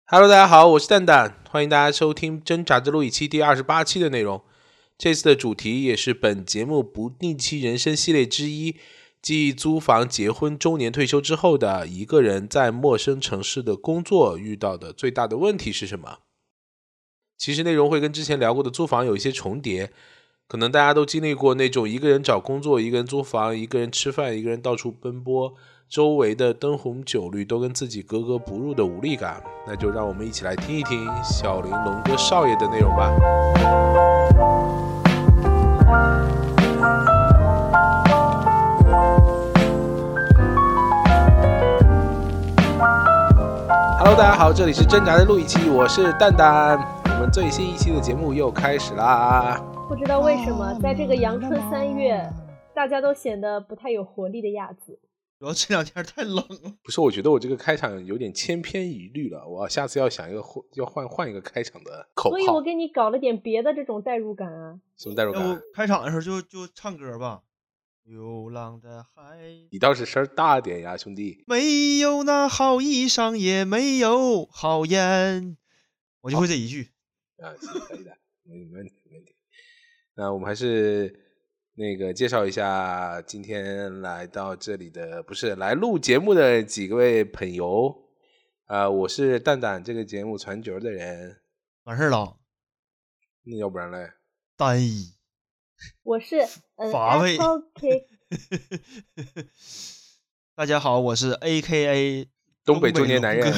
Hello， 大家好，我是蛋蛋，欢迎大家收听《挣扎之路》一期第28期的内容。这次的主题也是本节目不定期人生系列之一，即租房、结婚、中年退休之后的一个人在陌生城市的工作遇到的最大的问题是什么？其实内容会跟之前聊过的租房有一些重叠，可能大家都经历过那种一个人找工作、一个人租房、一个人吃饭、一个人到处奔波，周围的灯红酒绿都跟自己格格不入的无力感。那就让我们一起来听一听小林龙哥少爷的内容吧。Hello， 大家好，这里是挣扎的录一期，我是蛋蛋。我们最新一期的节目又开始啦。 不知道为什么，在这个阳春3月，大家都显得不太有活力的样子。 主要这两天太冷了。 不是，我觉得我这个开场有点千篇一律了，我下次要想一个要换一个开场的口号。 所以我给你搞了点别的这种代入感啊。 什么代入感？ 我开场的时候就唱歌吧。流浪的海， 你倒是声大点呀，兄弟。 没有那好衣裳，也没有好烟，我就会这一句。 啊，可以的，没问题，没问题。那我们还是介绍一下今天来到这里的，不是来录节目的几位朋友。我是蛋蛋，这个节目传角的人。 完事了。 那要不然嘞？ 单一。 我是乏味。 Apple 大家好，我是 AKA 东北中年男人。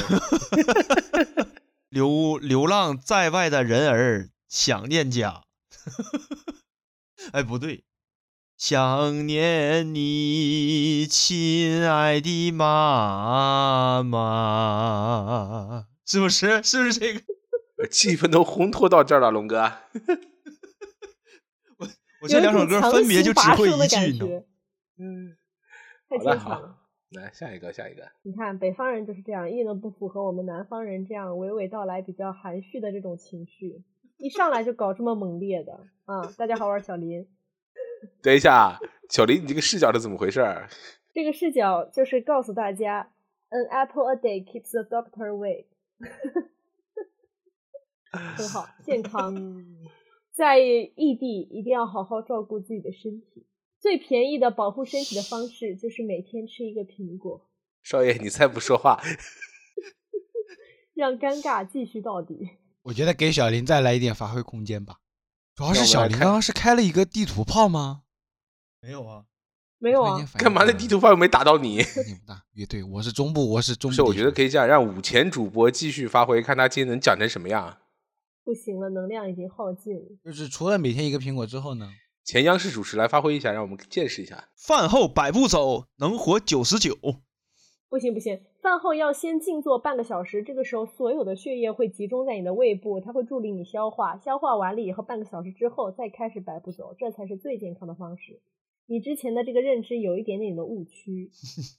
流浪在外的人儿想念家。哎，不对，想念你亲爱的妈妈，是不是这个？ 气氛都烘托到这儿了，龙哥。 我这两首歌分别就只会一句呢。太牵强了。 来下一个。 你看北方人就是这样，一点都不符合我们南方人这样娓娓道来比较含蓄的这种情绪，一上来就搞这么猛烈的啊！大家好，我是小林。 等一下，小林，你这个视角是怎么回事？ 这个视角就是告诉大家 ，An apple a day keeps the doctor away 。很好，健康。在异地一定要好好照顾自己的身体。最便宜的保护身体的方式就是每天吃一个苹果。 少爷，你再不说话， 让尴尬继续到底。 我觉得给小林再来一点发挥空间吧。主要是小林刚刚是开了一个地图炮吗？ 没有啊， 没有啊。 干嘛？那地图炮又没打到你？ 对，我是中部。 不是，我觉得可以这样，让5前主播继续发挥，看他今天能讲成什么样。 不行了，能量已经耗尽了。 就是除了每天一个苹果之后呢？ 前央视主持来发挥一下，让我们见识一下。 饭后100步走，能活99。 不行，饭后要先静坐半个小时，这个时候所有的血液会集中在你的胃部，它会助力你消化，消化完了以后半个小时之后再开始100步走，这才是最健康的方式。你之前的这个认知有一点点的误区。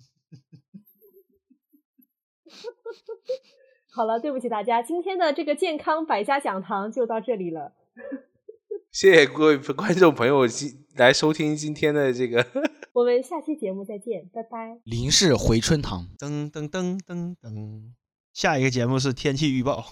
好了，对不起大家，今天的这个健康百家讲堂就到这里了。 谢谢各位观众朋友来收听今天的这个。 我们下期节目再见，拜拜。 林氏回春堂， 噔噔噔噔噔。下一个节目是天气预报。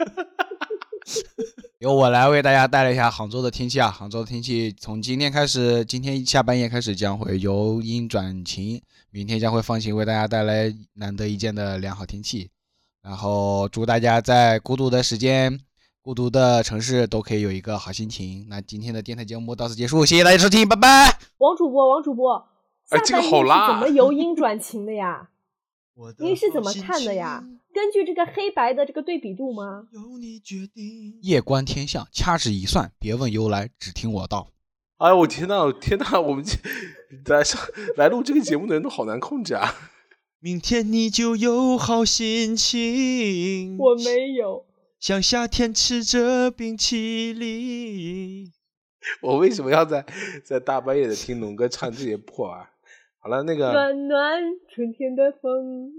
由我来为大家带来一下杭州的天气啊。杭州的天气从今天开始，今天下半夜开始将会由阴转晴，明天将会放晴，为大家带来难得一见的良好天气。然后祝大家在孤独的时间、孤独的城市都可以有一个好心情。那今天的电台节目到此结束，谢谢大家收听，拜拜。 王主播， 这个好拉， 怎么由阴转晴的呀？您是怎么看的呀？根据这个黑白的这个对比度吗？ 夜观天象，掐指一算，别问由来，只听我道。 哎，我天哪！我们来录这个节目的人都好难控制啊。 明天你就有好心情。 我没有。 像夏天吃着冰淇淋。 我为什么要在大半夜的听龙哥唱这些破玩意？好了， 暖暖春天的风。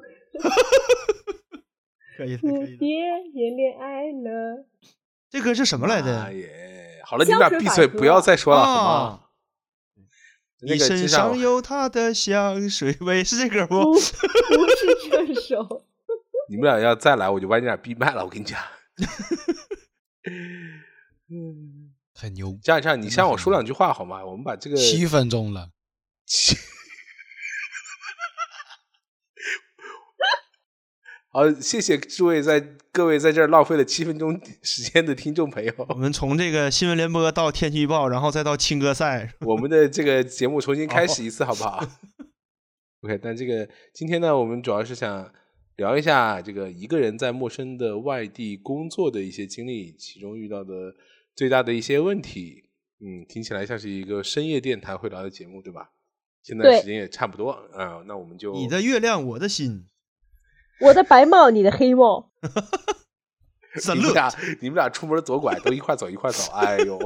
可以的。 蝴蝶也恋爱了。 这歌是什么来着？ 好了，你们俩闭嘴，不要再说了，好吗？ 你身上有他的香水味，是这歌不？ 不是这首。 你们俩要再来，我就把你俩闭麦了。我跟你讲， 很牛。 这样，你向我说2句话好吗？我们把这个 7分钟了。 好，谢谢各位在这儿浪费了7分钟时间的听众朋友。 我们从这个新闻联播到天气预报，然后再到青歌赛， 我们的这个节目重新开始一次，好不好？OK， 但这个今天呢，我们主要是想聊一下这个一个人在陌生的外地工作的一些经历，其中遇到的最大的一些问题。听起来像是一个深夜电台会聊的节目，对吧？现在时间也差不多啊，那我们就你的月亮我的心， 我的白帽你的黑帽。 你们俩出门左拐都一块走一块走，哎呦，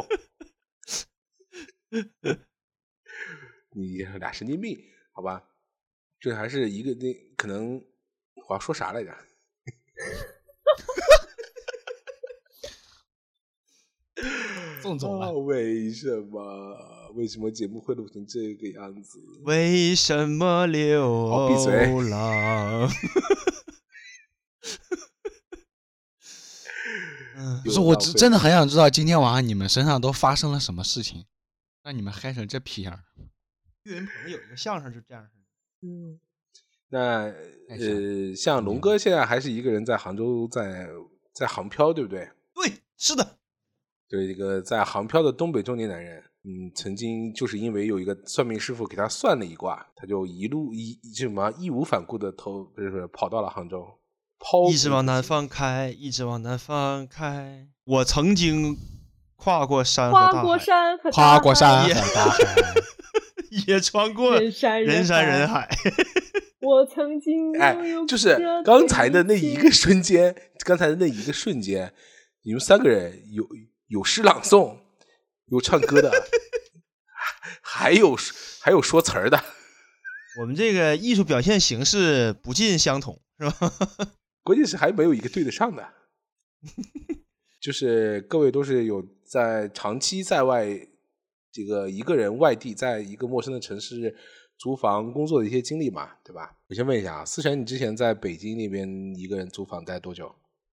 你俩神经病，好吧？这还是一个可能我要说啥来着？ 送走了。 为什么节目会录成这个样子？ 为什么流闭嘴浪？ 不是，我真的很想知道今天晚上你们身上都发生了什么事情，让你们嗨成这批样。 岳云鹏有一个相声就这样。 那像龙哥现在还是一个人在杭州在杭漂，对不对？ 对，是的。 就是一个在杭漂的东北中年男人，曾经就是因为有一个算命师傅给他算了一卦，他就义无反顾的跑到了杭州， 一直往南方开，一直往南方开。我曾经跨过山和大海， 跨过山和大海， 也穿过人山人海。 我曾经就是刚才的那一个瞬间，你们3个人有诗朗诵，有唱歌的，还有说词儿的。 我们这个艺术表现形式不尽相同，是吧？ 关键是还没有一个对得上的。就是各位都是有在长期在外这个一个人外地在一个陌生的城市租房工作的一些经历嘛，对吧？我先问一下啊，思辰，你之前在北京那边一个人租房待多久？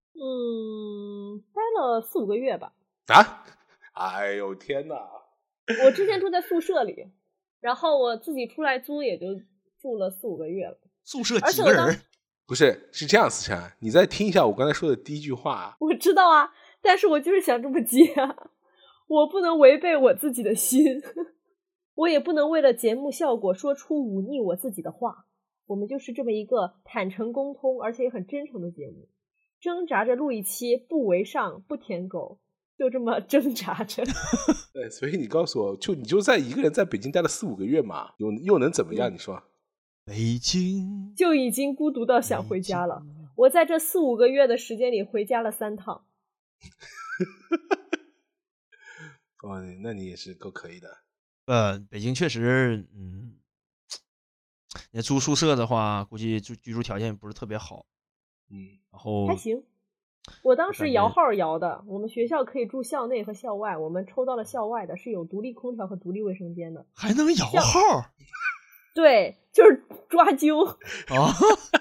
待了4-5个月吧。 啊！哎呦天哪！ 我之前住在宿舍里，然后我自己出来租也就住了4-5个月了。 宿舍几个人？ 不是这样，思辰，你再听一下我刚才说的第1句话。 我知道啊，但是我就是想这么接啊，我不能违背我自己的心，我也不能为了节目效果说出忤逆我自己的话。我们就是这么一个坦诚沟通而且也很真诚的节目，挣扎着录一期，不为上不舔狗，就这么挣扎着。 对，所以你告诉我，你就在一个人在北京待了4-5个月嘛，又能怎么样？你说？ 北京就已经孤独到想回家了。我在这4-5个月的时间里回家了3趟。 哦，那你也是够可以的。 北京确实，你住宿舍的话，估计居住条件不是特别好。然后还行。我当时摇号摇的，我们学校可以住校内和校外，我们抽到了校外的，是有独立空调和独立卫生间的。 还能摇号？ 对，就是抓阄啊。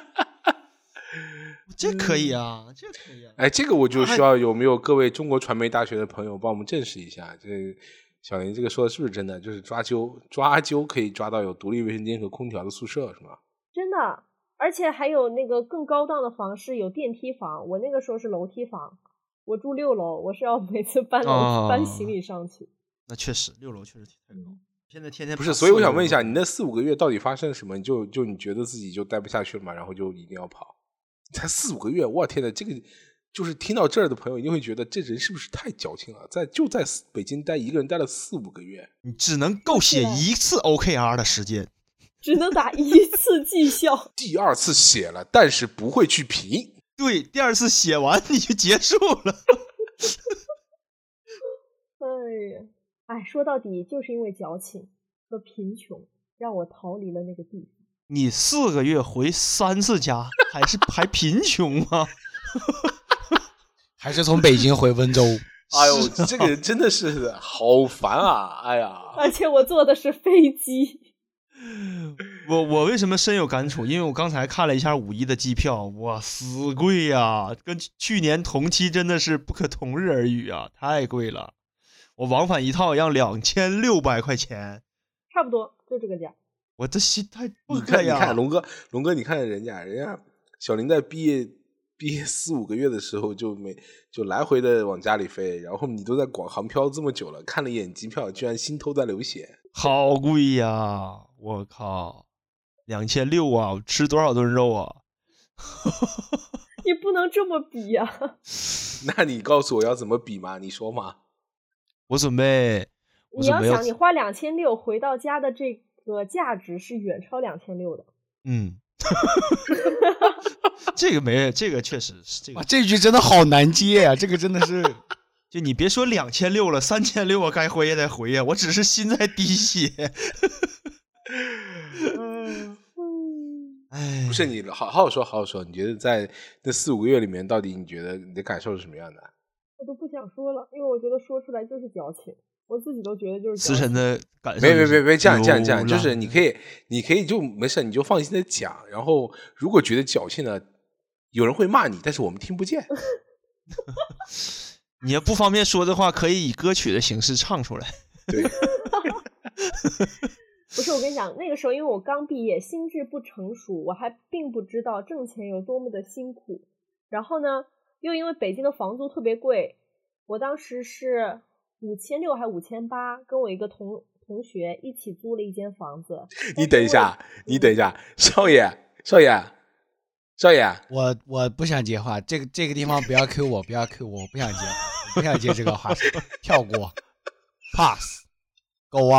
这可以啊，这可以啊。 哎，这个我就需要有没有各位中国传媒大学的朋友帮我们证实一下，这小林这个说的是不是真的？就是抓阄可以抓到有独立卫生间和空调的宿舍是吗？ 真的，而且还有那个更高档的房是有电梯房，我那个时候是楼梯房，我住6楼，我是要每次搬行李上去。 那确实6楼确实太高。现在天天不是，所以我想问一下，你那4-5个月到底发生什么？你觉得自己就待不下去了吗？然后就一定要跑？才4-5个月，我天哪！这个就是听到这儿的朋友一定会觉得这人是不是太矫情了？就在北京一个人待了4-5个月， 你只能够写1次 OKR 的时间， 只能打1次绩效。 第2次写了，但是不会去评。 对，第2次写完你就结束了。 哎，说到底就是因为矫情和贫穷，让我逃离了那个地方。 你4个月回3次家，还贫穷吗？ 还是从北京回温州？ 哎呦，这个人真的是好烦啊！哎呀， 而且我坐的是飞机。 我为什么深有感触？因为我刚才看了一下5一的机票，哇，死贵呀，跟去年同期真的是不可同日而语啊，太贵了。我往返一套要2600块钱， 差不多就这个价。 我的心太崩你了呀！ 看龙哥，你看人家小林在毕业4-5个月的时候就来回的往家里飞，然后你都在广航漂这么久了，看了一眼机票，居然心头在流血， 好贵呀！我靠，2600啊！我吃多少顿肉啊？ 你不能这么比呀、 那你告诉我要怎么比嘛？你说嘛？ 我准备你要想，你花2600回到家的这个价值是远超2600的。 这个确实是这个。 哇，这句真的好难接呀、这个真的是， 就你别说2600了，3600我该回也得回呀，我只是心在滴血。哎， 不是你好好说，你觉得在那4-5个月里面，到底你觉得你的感受是什么样的？ 我都不想说了，因为我觉得说出来就是矫情，我自己都觉得就是矫思情。 辰的感受。 别这样，就是你可以就没事，你就放心的讲。然后如果觉得矫情呢，有人会骂你，但是我们听不见。 你要不方便说的话，可以以歌曲的形式唱出来。 对， 不是，我跟你讲，那个时候因为我刚毕业，心智不成熟，我还并不知道挣钱有多么的辛苦。然后呢，又因为北京的房租特别贵，我当时是5600还5800，跟我一个同学一起租了一间房子。 你等一下，少爷， 我不想接话，这个地方不要 Q 我，不要 Q 我，我不想接，不想接这个话，跳过 ，pass，go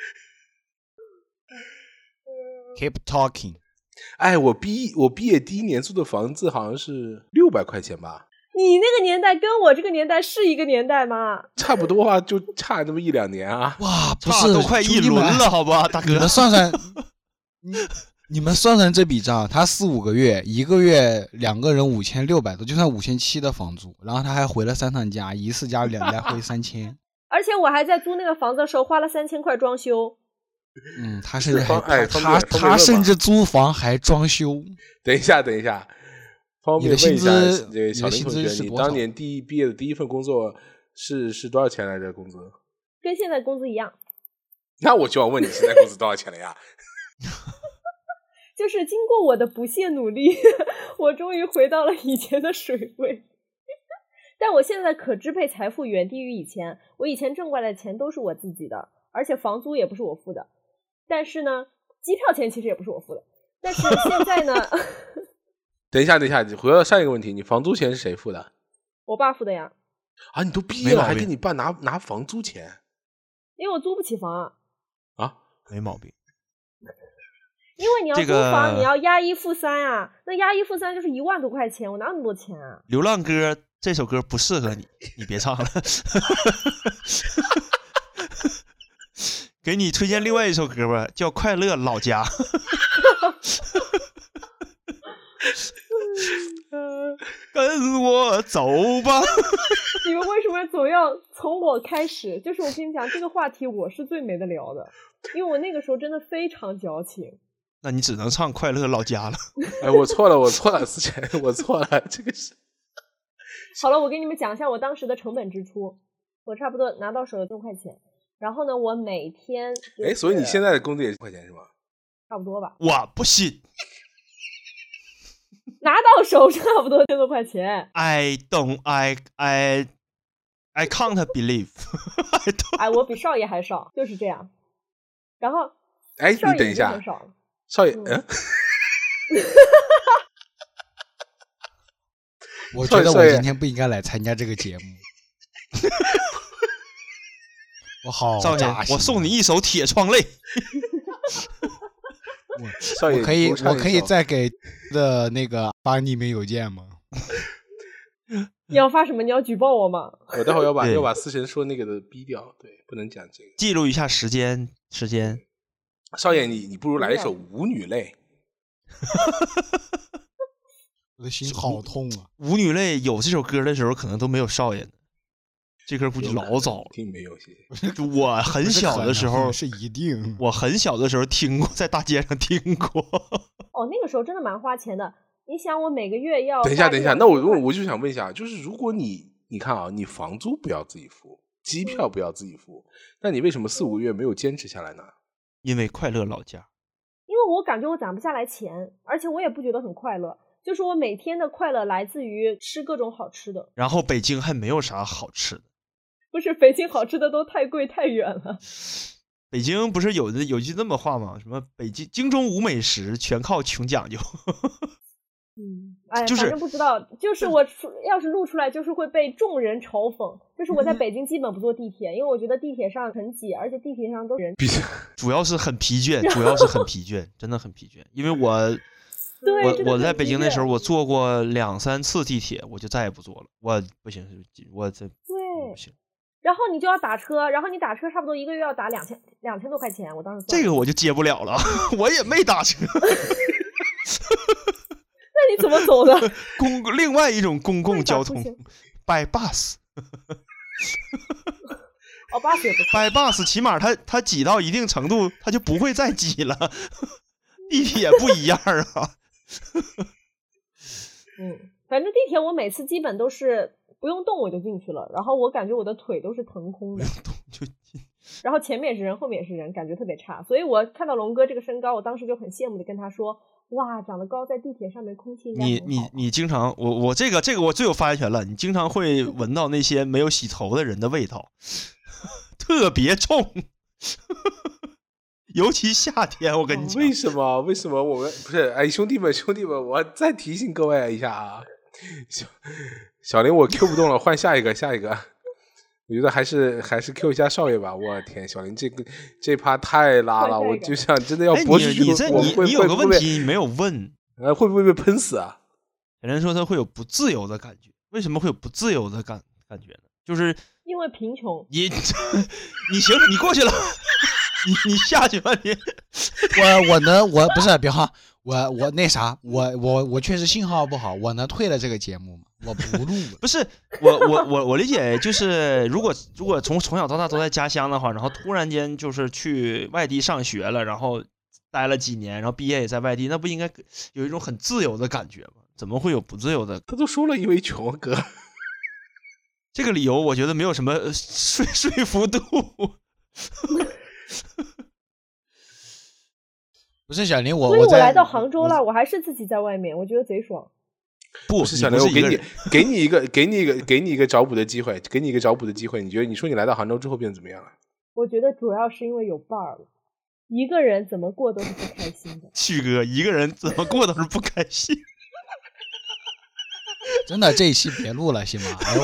on，keep talking。 哎，我毕业第一年租的房子好像是600块钱吧， 你那个年代跟我这个年代是一个年代吗？ 差不多啊，就差那么1-2年啊。 哇，不是， 都快一轮了，好吧，大哥。 你们算算，你们算算这笔账，他4-5个月，一个月2个人5600多，就算5700的房租，然后他还回了3趟家，一次加2来回3000。 而且我还在租那个房子的时候花了3000块装修。 他甚至他甚至租房还装修。 等一下，方便问一下这个小林同学，你当年毕业的第一份工作是多少钱来着？工资跟现在工资一样。 那我就要问你，现在工资多少钱了呀？ 就是经过我的不懈努力，我终于回到了以前的水位。但我现在可支配财富远低于以前，我以前挣过来的钱都是我自己的，而且房租也不是我付的。但是呢，机票钱其实也不是我付的。但是现在呢， 等一下，回到上一个问题，你房租钱是谁付的？ 我爸付的呀。 啊，你都毕业了还跟你爸拿房租钱？ 因为我租不起房啊， 没毛病。 因为你要租房，你要押1付3啊，那押1付3就是1万多块钱，我哪有那么多钱啊？ 流浪歌这首歌不适合你，你别唱了。给你推荐另外一首歌吧，叫《快乐老家》。跟我走吧。 你们为什么总要从我开始？就是我跟你讲，这个话题我是最没得聊的，因为我那个时候真的非常矫情。 那你只能唱《快乐老家》了。 哎，我错了，思辰，我错了，这个是。 好了，我给你们讲一下我当时的成本支出，我差不多拿到手有6块钱，然后呢，我每天、就是， 所以你现在的工资也是块钱是吗？ 差不多吧。 哇，不信。 拿到手差不多6块钱。 I can't believe 。 哎，我比少爷还少，就是这样。然后， 哎，你等一下，少爷， 我觉得我今天不应该来参加这个节目。我好少爷，我送你一首《铁窗泪》。 我可以再给的那个发匿名邮件吗？ 你要发什么？你要举报我吗？ 我待会儿要把思辰说那个的逼掉，对，不能讲这个。 记录一下时间。 少爷，你不如来一首《舞女泪》。 我的心好痛啊！ 舞女泪有这首歌的时候，可能都没有少爷呢。 这歌估计老早了， 听没有些。 我很小的时候是一定， 我很小的时候听过，在大街上听过。 哦，那个时候真的蛮花钱的。你想，我每个月要等一下，那我就想问一下，就是如果你看啊，你房租不要自己付，机票不要自己付，那你为什么4、5个月没有坚持下来呢？ 因为快乐老家。 因为我感觉我攒不下来钱，而且我也不觉得很快乐。就是我每天的快乐来自于吃各种好吃的。 然后北京还没有啥好吃的。 不是，北京好吃的都太贵太远了。 北京不是有句那么话吗？什么京中无美食，全靠穷讲究。 哎， 就是反正不知道，就是我要是录出来，就是会被众人嘲讽。就是我在北京基本不坐地铁，因为我觉得地铁上很挤，而且地铁上都人， 主要是很疲倦，真的很疲倦。因为我在北京那时候，我坐过2、3次地铁，我就再也不坐了。我不行，我这对不行。 然后你就要打车，然后你打车差不多1个月要打2000多块钱，我当时这个我就接不了了，我也没打车。 那你怎么走的？ 另外一种公共交通 ，by bus。 哦，bus 也不错。 by bus 起码它挤到一定程度，它就不会再挤了。地铁不一样啊。 反正地铁我每次基本都是不用动我就进去了，然后我感觉我的腿都是腾空的，然后前面也是人，后面也是人，感觉特别差。所以我看到龙哥这个身高，我当时就很羡慕的跟他说，哇，长得高，在地铁上面空气应该很好。 你经常我这个我最有发言权了，你经常会闻到那些没有洗头的人的味道，特别重。尤其夏天，我跟你讲， 为什么我们不是？哎，兄弟们，我再提醒各位一下啊，小林我 Q 不动了，换下一个。我觉得还是 Q 一下少爷吧。我天，小林这趴太拉了，我就想真的要播出去。 你有个问题你没有问， 会不会被喷死啊？ 有人说他会有不自由的感觉，为什么会有不自由的感觉呢？就是因为贫穷。 你行，你过去了。你下去吧你。 我不是别哈，我那啥，我确实信号不好，我能退了这个节目吗？我不录。 不是我理解，就是如果从小到大都在家乡的话，然后突然间就是去外地上学了，然后待了几年，然后毕业也在外地，那不应该有一种很自由的感觉吗？怎么会有不自由的？ 他都说了因为穷哥。 这个理由我觉得没有什么说服度。 不是小林， 所以我来到杭州了，我还是自己在外面，我觉得贼爽。 不是小林，我给你一个找补的机会，你觉得你说你来到杭州之后变怎么样了？ 我觉得主要是因为有伴儿了，一个人怎么过都是不开心的。 旭哥一个人怎么过都是不开心。 真的，这一期别录了行吗？哎呦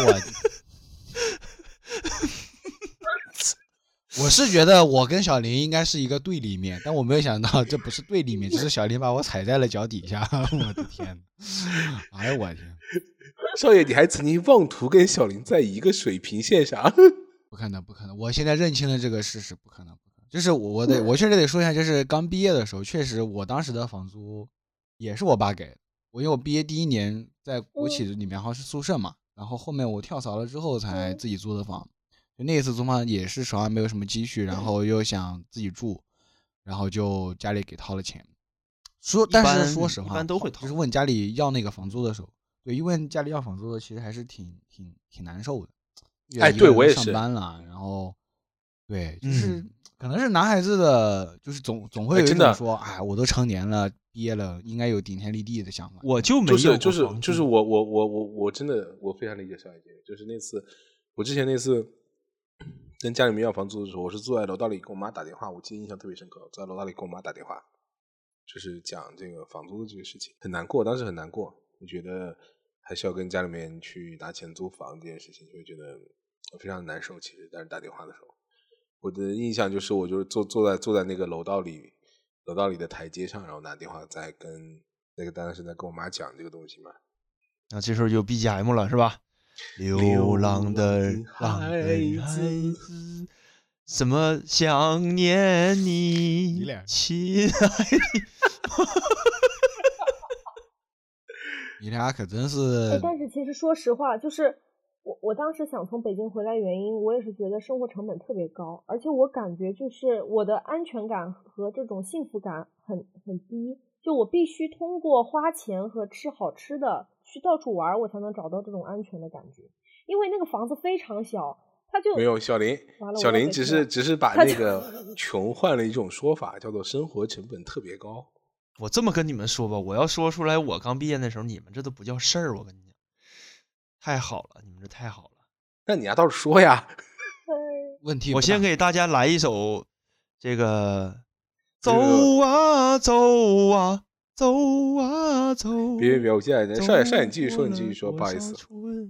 我是觉得我跟小林应该是一个对立面，但我没有想到这不是对立面，只是小林把我踩在了脚底下。我的天！哎呦我天！ 少爷，你还曾经妄图跟小林在一个水平线上？ 不可能！我现在认清了这个事实，不可能。就是我确实得说一下，就是刚毕业的时候，确实我当时的房租也是我爸给的。因为我毕业第1年在国企里面好像是宿舍嘛，然后后面我跳槽了之后才自己租的房。就那一次租房也是手上没有什么积蓄，然后又想自己住，然后就家里给掏了钱。但是说实话， 一般都会掏。 就是问家里要那个房租的时候，对，因为家里要房租的其实还是挺难受的。 哎，对我也是。 上班了，然后对，就是可能是男孩子的，就是总会有一种说，哎，我都成年了，毕业了，应该有顶天立地的想法。 我就没有就是我真的我非常理解小姐姐，就是我之前那次。跟家里面要房租的时候，我是坐在楼道里跟我妈打电话，我记得印象特别深刻。坐在楼道里跟我妈打电话，就是讲这个房租的这个事情，很难过，当时很难过。我觉得还是要跟家里面去拿钱租房这件事情，就会觉得非常难受。其实，但是打电话的时候，我的印象就是我就是坐在那个楼道里的台阶上，然后拿电话在跟那个当时在跟我妈讲这个东西嘛。 那这时候就 BGM 了，是吧？流浪的孩子，怎么想念你，亲爱的。 你俩可真是。 但是其实说实话，就是我当时想从北京回来原因，我也是觉得生活成本特别高，而且我感觉就是我的安全感和这种幸福感很低，就我必须通过花钱和吃好吃的去到处玩，我才能找到这种安全的感觉。因为那个房子非常小，它就没有小林只是把那个穷换了一种说法，叫做生活成本特别高。 我这么跟你们说吧，我要说出来我刚毕业那时候，你们这都不叫事儿，我跟你讲，太好了，你们这太好了。 那你倒是说呀。 问题我先给大家来一首这个走啊走啊走啊走。 别，我现在少爷你继续说，不好意思。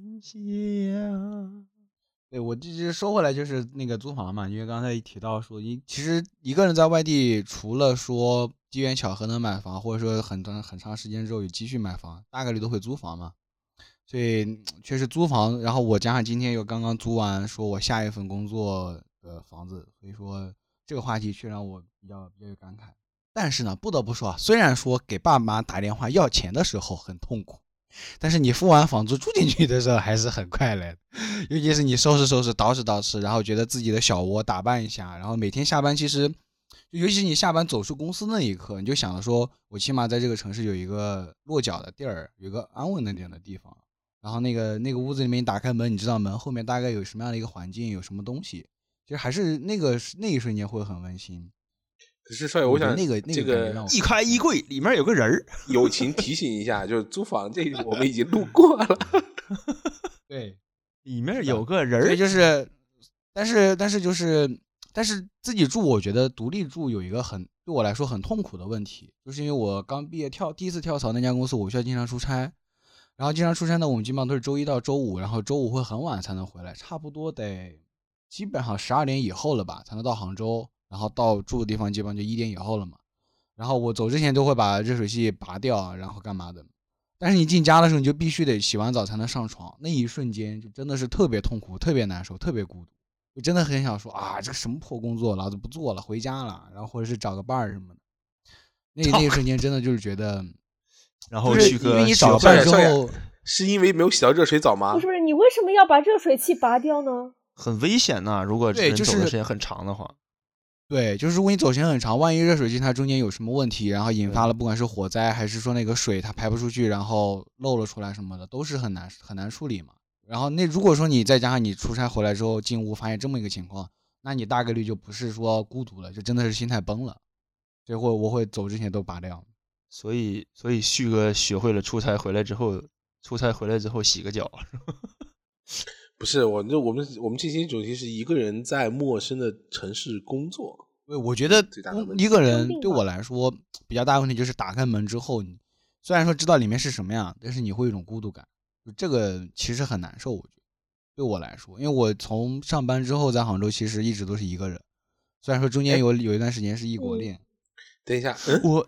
对，我其实说回来就是那个租房嘛，因为刚才一提到说，其实一个人在外地，除了说机缘巧合能买房，或者说很长时间之后有积蓄买房，大概率都会租房嘛。所以确实租房，然后我加上今天又刚刚租完，说我下一份工作的房子，所以说这个话题却让我比较有感慨。但是呢，不得不说啊，虽然说给爸妈打电话要钱的时候很痛苦，但是你付完房租住进去的时候还是很快乐的。尤其是你收拾捯饬，然后觉得自己的小窝打扮一下，然后每天下班其实，尤其是你下班走出公司那一刻，你就想着说我起码在这个城市有一个落脚的地儿，有一个安稳的点的地方。然后那个屋子里面你打开门，你知道门后面大概有什么样的一个环境，有什么东西，其实还是那一瞬间会很温馨。 可是少爷，我想这个一开衣柜里面有个人儿， 友情提醒一下，就是租房这我们已经录过了。 对， 里面有个人儿， 所以就是，但是自己住，我觉得独立住有一个对我来说很痛苦的问题，就是因为我刚毕业第一次跳槽那家公司，我需要经常出差。然后经常出差呢，我们基本上都是周一到周五，然后周五会很晚才能回来，差不多得基本上12点以后了吧才能到杭州，然后到住的地方基本上就1点以后了嘛。然后我走之前都会把热水器拔掉，然后干嘛的。但是你进家的时候，你就必须得洗完澡才能上床，那一瞬间就真的是特别痛苦、特别难受、特别孤独。我真的很想说啊，这个什么破工作，老子不做了，回家了，然后或者是找个伴儿什么的。那一瞬间真的就是觉得。 然后去个， 因为你找伴之后， 是因为没有洗到热水澡吗？ 不是，你为什么要把热水器拔掉呢？ 很危险呐，如果人走的时间很长的话。 对，就是如果你走时间很长，万一热水器它中间有什么问题，然后引发了不管是火灾，还是说那个水它排不出去，然后漏了出来什么的，都是很难处理嘛。然后如果说你再加上你出差回来之后进屋发现这么一个情况，那你大概率就不是说孤独了，就真的是心态崩了。所以我会走之前都拔掉。 所以旭哥学会了出差回来之后洗个脚。 不是我们这期主题是一个人在陌生的城市工作。 我觉得一个人对我来说比较大的问题就是打开门之后，你虽然说知道里面是什么样，但是你会有一种孤独感，这个其实很难受。我觉得对我来说，因为我从上班之后在杭州其实一直都是一个人，虽然说中间有一段时间是异国恋。 等一下， 我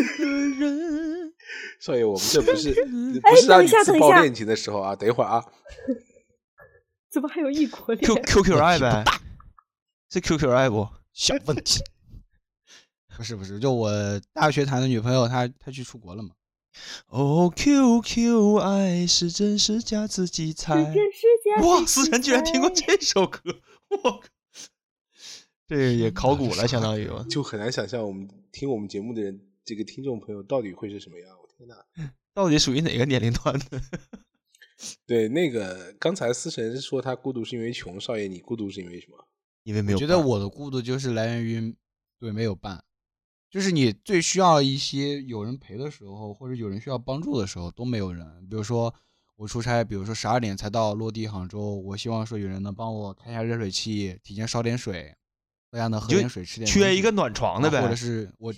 少爷，我们这不是让你自爆恋情的时候啊！等一会儿啊， 怎么还有异国恋 ？QQ 爱呗，是 QQ 爱不？ 小问题。不是，就我大学谈的女朋友，她去出国了嘛。 哦 ，QQ 爱是真是假自己猜。哇，思辰居然听过这首歌，我靠！这也考古了，相当于就很难想象我们听我们节目的人，这个听众朋友到底会是什么样。我天哪， 到底属于哪个年龄段的？ 对，那个刚才思辰说他孤独是因为穷，少爷你孤独是因为什么？ 因为没有伴。 我觉得我的孤独就是来源于没有伴，就是你最需要一些有人陪的时候，或者有人需要帮助的时候都没有人。比如说我出差，比如说12点才到落地杭州，我希望说有人能帮我开下热水器，提前烧点水。大家能喝点水，吃点。 缺一个暖床的呗， 或者是我，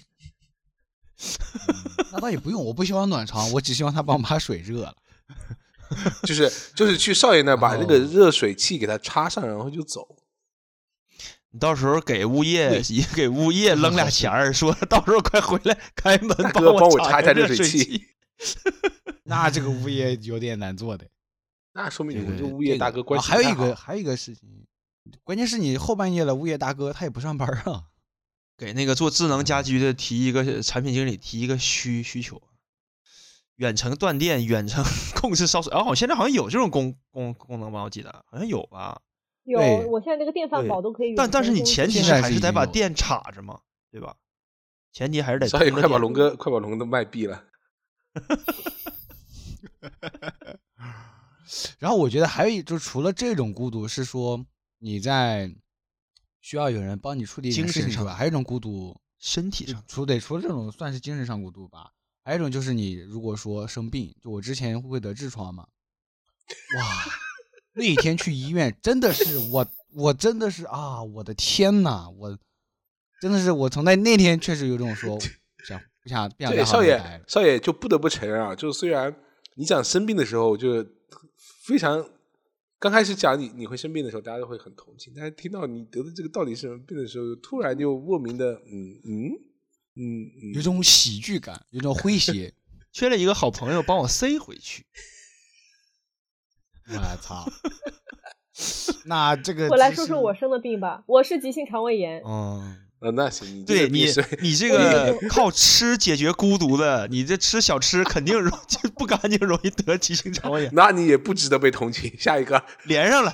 那倒也不用，我不希望暖床，我只希望他帮我把水热了。 就是去少爷那把那个热水器给他插上，然后就走。 你到时候给物业扔俩钱儿，说到时候快回来开门帮我插一下热水器。 那这个物业有点难做的。 那说明你们这物业大哥关系不太好。还有一个事情。关键是你后半夜了，物业大哥他也不上班啊， 给那个做智能家居的提一个产品经理提一个需求， 远程断电、远程控制烧水。现在好像有这种功能吧？我记得好像有吧。 有， 对我现在那个电饭煲都可以远程控制。 但是你前提现在还是得把是已经有电插着嘛，对吧？前提还是得少爷通着电。 快把龙哥卖毙了。 然后我觉得还有一就除了这种孤独是说你在需要有人帮你处理一件事情之外，还有一种孤独， 身体上除了这种算是精神上孤独吧。还有一种就是你如果说生病，就我之前会得痔疮嘛，哇，那一天去医院真的是我真的是啊，我的天呐，我真的是我从那天确实有种说不想对，少爷就不得不承认啊，就虽然你讲生病的时候就非常刚开始讲你会生病的时候，大家都会很同情，但是听到你得的这个到底是什么病的时候，突然就莫名的有种喜剧感，有种诙谐。 缺了一个好朋友帮我塞回去。 我操！那这个我来说说我生的病吧，我是急性肠胃炎。 那行， 对你这个靠吃解决孤独的，你这吃小吃肯定不干净，容易得急性肠胃炎。 那你也不值得被同情。下一个连上了，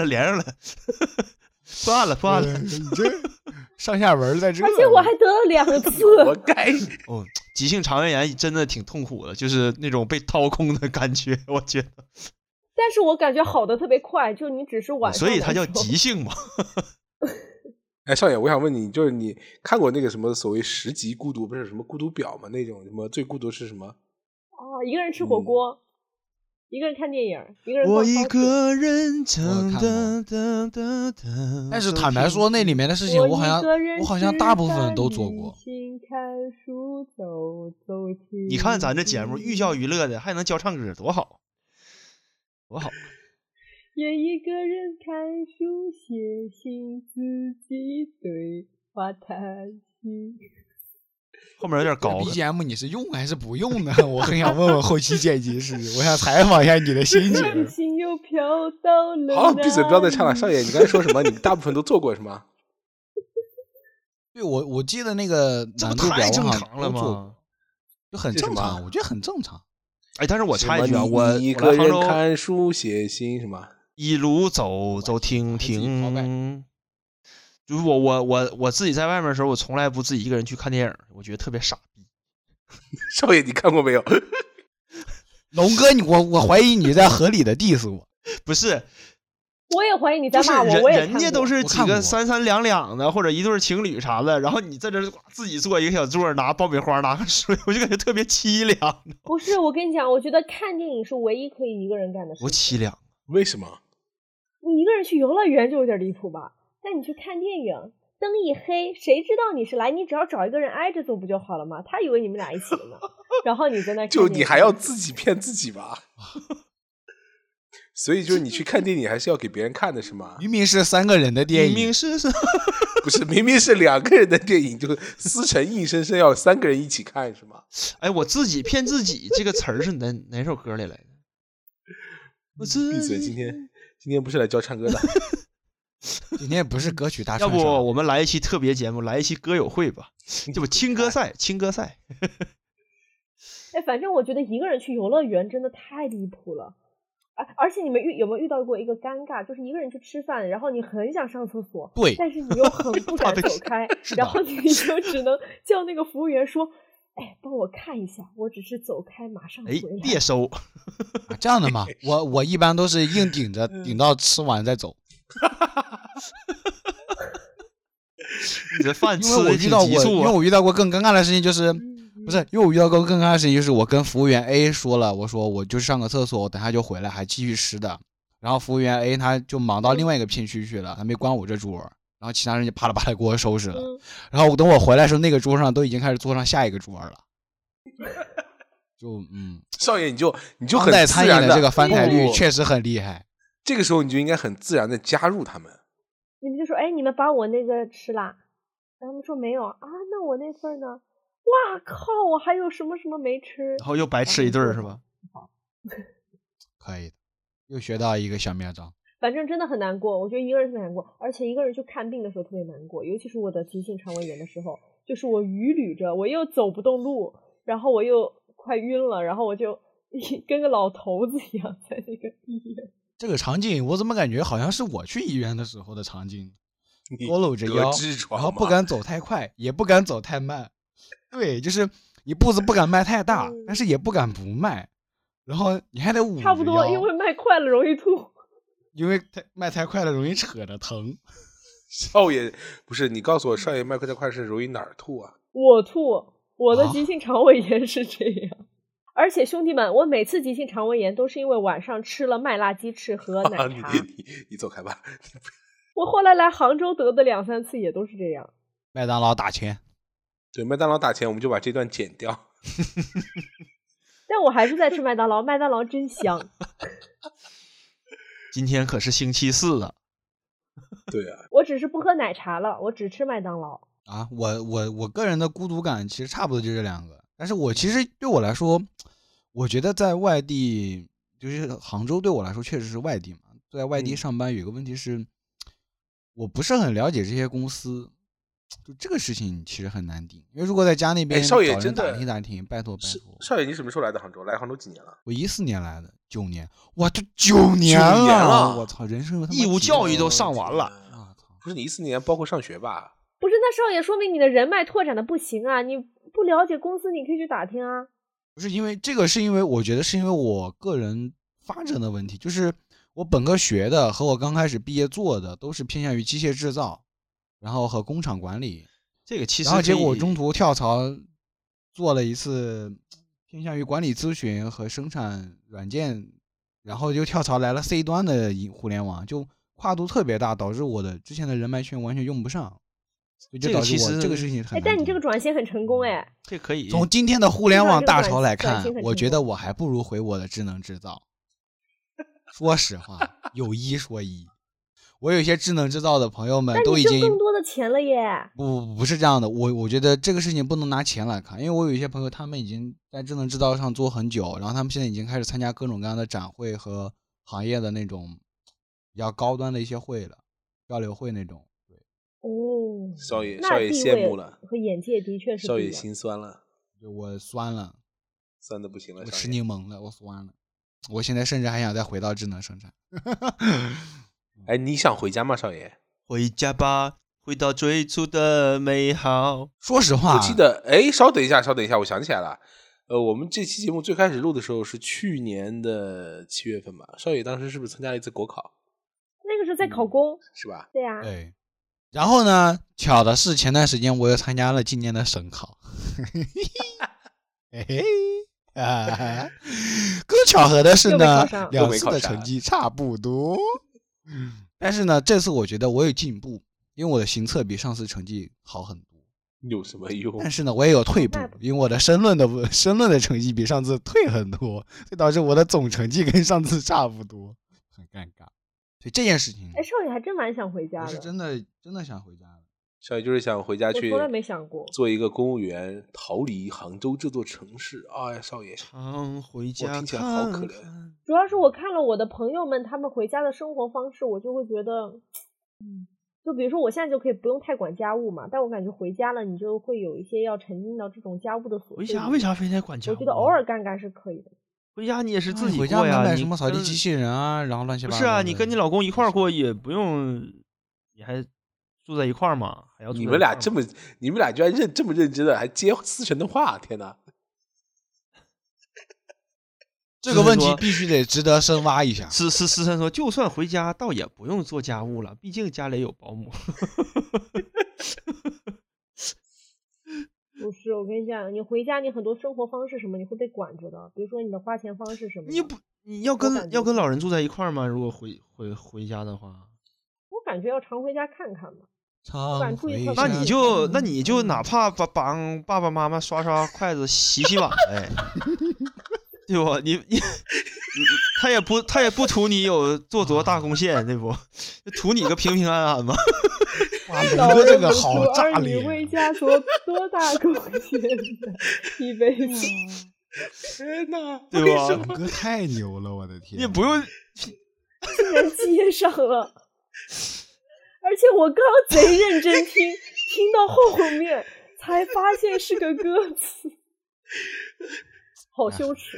破案了。 你这上下文在这， 而且我还得了2次。 活该。 急性肠胃炎真的挺痛苦的，就是那种被掏空的感觉，我觉得。 但是我感觉好的特别快，就你只是晚上， 所以它叫急性嘛。 哎，少爷，我想问你，就是你看过那个什么所谓10级孤独，不是什么孤独表吗？那种什么最孤独是什么？ 一个人吃火锅，一个人看电影，一个人我一个人但是坦白说，那里面的事情我好像大部分都做过。 看书走你看咱这节目寓教于乐的，还能教唱歌，多好。 也一个人看书写信，自己对话叹息。 后面有点高。 BGM 你是用还是不用呢？我很想问问后期剪辑师，我想采访一下你的心情。 心又飘到了。 好，闭嘴，不要再唱了。少爷，你刚才说什么？你大部分都做过什么？ 对，我记得那个难度表正常了吗？ 就很正常，我觉得很正常。 哎，但是我插一句啊，我一个人看书写信什么？ 一路走停，就是我自己在外面的时候，我从来不自己一个人去看电影，我觉得特别傻逼。 少爷，你看过没有？ 龙哥，我怀疑你在合理的 diss 我。 不是， 我也怀疑你在骂我。 就是人家都是几个32的，或者一对情侣啥的，然后你在这自己坐一个小座，拿爆米花，拿个水，我就感觉特别凄凉。 不是，我跟你讲，我觉得看电影是唯一可以一个人干的事。 多凄凉？ 为什么？ 你一个人去游乐园就有点离谱吧？但你去看电影，灯一黑，谁知道你是来？你只要找一个人挨着坐不就好了吗？他以为你们俩一起的呢。然后你在那看就你还要自己骗自己吧？所以就是你去看电影还是要给别人看的是吗？ 明明是3个人的电影， 明明是不是明明是2个人的电影，就撕成硬生生要3个人一起看是吗？ 哎，我自己骗自己这个词儿是哪首歌里来的？ 闭嘴！今天不是来教唱歌的。 今天不是歌曲大要不我们来一期特别节目，来一期歌友会吧？这不青歌赛。 哎，反正我觉得一个人去游乐园真的太离谱了。而且你们有没有遇到过一个尴尬，就是一个人去吃饭，然后你很想上厕所， 对， 但是你又很不敢走开，然后你就只能叫那个服务员说：“哎，帮我看一下，我只是走开，马上回来。” 别收。 这样的嘛，我一般都是硬顶着，顶到吃完再走。 你这饭吃的挺急促啊！因为我遇到过更尴尬的事情，就是不是因为我遇到过更尴尬的事情，就是我跟服务员 A 说了，我说我就上个厕所，我等下就回来，还继续吃的。然后服务员 A 他就忙到另外一个片区去了，他没关我这桌，然后其他人就啪啦啪啦给我收拾了。然后等我回来的时候，那个桌上都已经开始坐上下一个桌了。就少爷，你就很在餐饮的这个翻台率确实很厉害。 这个时候你就应该很自然的加入他们。 你们就说：“哎，你们把我那个吃啦？”然后他们说：“没有啊，那我那份呢？”哇靠！我还有什么什么没吃， 然后又白吃一顿是吧？ 可以的，又学到一个小妙招。 反正真的很难过，我觉得一个人特别难过，而且一个人去看病的时候特别难过，尤其是我的急性肠胃炎的时候，就是我余捋着，我又走不动路，然后我又快晕了，然后我就跟个老头子一样在那个医院。 这个场景我怎么感觉好像是我去医院的时候的场景，佝偻着得腰， 痔疮然后不吗敢走太快，也不敢走太慢。对，就是你步子不敢迈太大，但是也不敢不迈，然后你还得捂着腰， 差不多，因为迈快了容易吐。 因为迈太快了容易扯着疼。 少爷不是你告诉我，少爷迈太快是容易哪儿吐啊？ 我吐，我的急性肠胃炎是这样。而且兄弟们，我每次急性肠胃炎都是因为晚上吃了麦辣鸡翅和奶茶。 你走开吧。 我后来来杭州得的2、3次也都是这样。 麦当劳打钱。 对，麦当劳打钱，我们就把这段剪掉。 但我还是在吃麦当劳，麦当劳真香。 今天可是星期4啊。 对啊， 我只是不喝奶茶了，我只吃麦当劳。 啊，我个人的孤独感其实差不多就这2个，但是我其实对我来说，我觉得在外地，就是杭州对我来说确实是外地嘛，在外地上班有一个问题是，我不是很了解这些公司，就这个事情其实很难定，因为如果在家那边少爷找人真的打听打听，拜托。 少爷，你什么时候来的杭州？来杭州几年了？ 我14年来的，9年，哇，这9年了，我操，人生义务教育都上完了。 不是你14年包括上学吧？ 不是，那少爷说明你的人脉拓展的不行啊！你不了解公司，你可以去打听啊。 不是因为这个，是因为我觉得是因为我个人发展的问题，就是我本科学的和我刚开始毕业做的都是偏向于机械制造，然后和工厂管理。 这个其实然后结果我中途跳槽做了一次偏向于管理咨询和生产软件，然后就跳槽来了 C 端的互联网，就跨度特别大，导致我的之前的人脉圈完全用不上，就导致我这个事情很难。 但你这个转型很成功哎， 这可以。 从今天的互联网大潮来看，我觉得我还不如回我的智能制造。说实话，有一说一，我有一些智能制造的朋友们都已经挣更多的钱了耶。 不是这样的，我觉得这个事情不能拿钱来看，因为我有一些朋友他们已经在智能制造上做很久，然后他们现在已经开始参加各种各样的展会和行业的那种比较高端的一些会了，交流会那种。对哦， 少爷羡慕了， 和眼界的确是少爷心酸了， 我酸了， 酸的不行了， 我吃柠檬了，我酸了，我现在甚至还想再回到智能生产。 哎，你想回家吗，少爷？ 回家吧，回到最初的美好。 说实话， 我记得，哎，稍等一下，我想起来了。我们这期节目最开始录的时候是去年的7月份吧？少爷当时是不是参加了一次国考？ 那个是在考公， 是吧？ 对呀。 对。然后呢，巧的是前段时间我又参加了今年的省考。更巧合的是呢，2次的成绩差不多。但是呢，这次我觉得我有进步，因为我的行测比上次成绩好很多。 有什么用？ 但是呢，我也有退步，因为我的申论的成绩比上次退很多，所以导致我的总成绩跟上次差不多，很尴尬。所以这件事情， 哎，少爷还真蛮想回家的。 我是真的想回家的。 少爷就是想回家去， 我从来没想过做一个公务员，逃离杭州这座城市。哎，少爷， 常回家， 我听起来好可怜。 主要是我看了我的朋友们他们回家的生活方式，我就会觉得，就比如说我现在就可以不用太管家务嘛，但我感觉回家了，你就会有一些要沉浸到这种家务的琐碎。 为啥非得管家务？ 我觉得偶尔干干是可以的。 回家你也是自己过呀，回家买什么扫地机器人啊，然后乱七八糟。 不是啊，你跟你老公一块儿过也不用，你还住在一块儿吗？还要住在一块儿吗？ 你们俩居然这么认真的，还接思辰的话，天哪！ 这个问题必须得值得深挖一下。 思辰说，就算回家，倒也不用做家务了，毕竟家里有保姆。 不是，我跟你讲，你回家你很多生活方式什么你会被管着的，比如说你的花钱方式什么的。 你要跟老人住在一块儿吗？如果回家的话， 我感觉要常回家看看嘛。 那你就哪怕帮爸爸妈妈刷筷子、洗碗呗，对不？你他也不图你有做多大贡献，对不？图你个平平安安嘛。 哇，龙哥这个好炸裂！ 你为家做多大贡献的一辈子。 天哪， 对吧？ 龙哥太牛了，我的天！ 你不用， 竟然接上了，而且我刚贼认真听到后面才发现是个歌词。 好羞耻。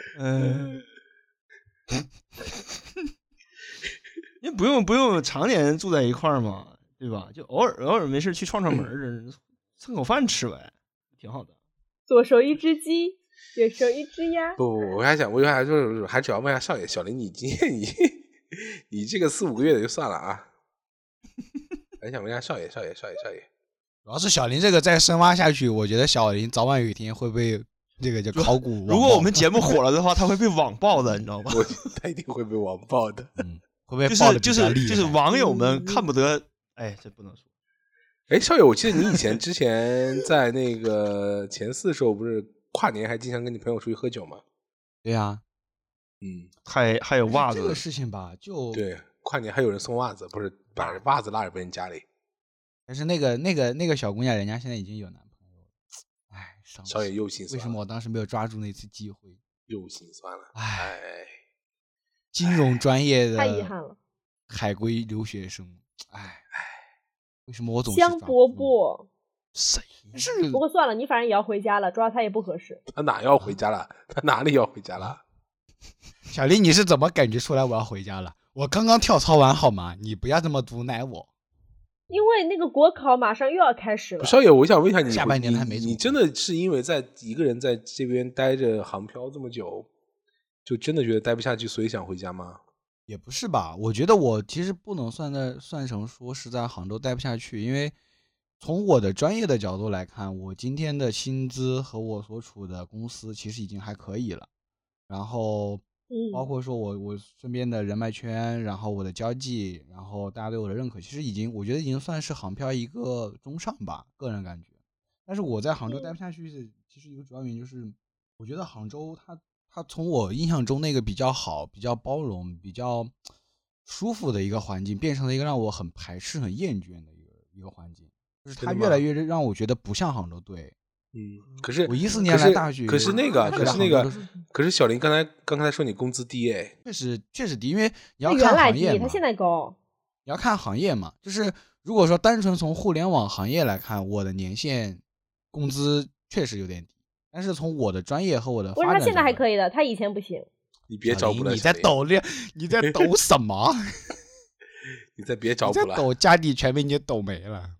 您不用常年住在一块儿嘛，对吧？就偶尔没事去串门儿，蹭口饭吃呗，挺好的。 左手一只鸡，右手一只鸭。 不，我还想，就是还主要问一下少爷，小林，你今天你这个4-5个月的就算了啊。还想问一下少爷， 主要是小林这个再深挖下去，我觉得小林早晚有一天会被这个叫考古。 如果我们节目火了的话，他会被网暴的，你知道吧？ 他一定会被网暴的。 会被爆的就是网友们看不得，哎，这不能说。 哎，少爷，我记得你之前在那个前4的时候，不是跨年还经常跟你朋友出去喝酒吗？ 对呀， 还有袜子这个事情吧，就对，跨年还有人送袜子，不是把袜子落在别人家里。 但是那个小姑娘，人家现在已经有男朋友了，哎， 少爷又心酸了。 为什么我当时没有抓住那次机会？ 又心酸了， 哎，金融专业的太遗憾了， 海归留学生，哎，为什么我总是香饽饽？ 谁是？ 不过算了，你反正也要回家了，抓他也不合适。 他哪要回家了？他哪里要回家了？ 小林，你是怎么感觉出来我要回家了？我刚刚跳槽完好吗？你不要这么毒奶我。 因为那个国考马上又要开始了。 少爷，我想问一下你， 下半年还没你真的是因为一个人在这边待着航漂这么久，就真的觉得待不下去，所以想回家吗？ 也不是吧，我觉得我其实不能算成说是在杭州待不下去，因为从我的专业的角度来看，我今天的薪资和我所处的公司其实已经还可以了，然后包括说我身边的人脉圈，然后我的交际，然后大家对我的认可，其实我觉得已经算是航漂一个中上吧，个人感觉。但是我在杭州待不下去其实一个主要原因就是，我觉得杭州它从我印象中那个比较好、比较包容、比较舒服的一个环境，变成了一个让我很排斥、很厌倦的一个环境，就是它越来越让我觉得不像杭州。对。 可是我14年来大学， 可是小林刚才说你工资低哎， 确实低，因为你要看行业嘛， 他现在高， 你要看行业嘛，就是如果说单纯从互联网行业来看，我的年限工资确实有点低，但是从我的专业和我的发展， 不是他现在还可以的，他以前不行。 你别找补了， 你在抖什么？ 你再别找补了， 你在抖家底全被你抖没了。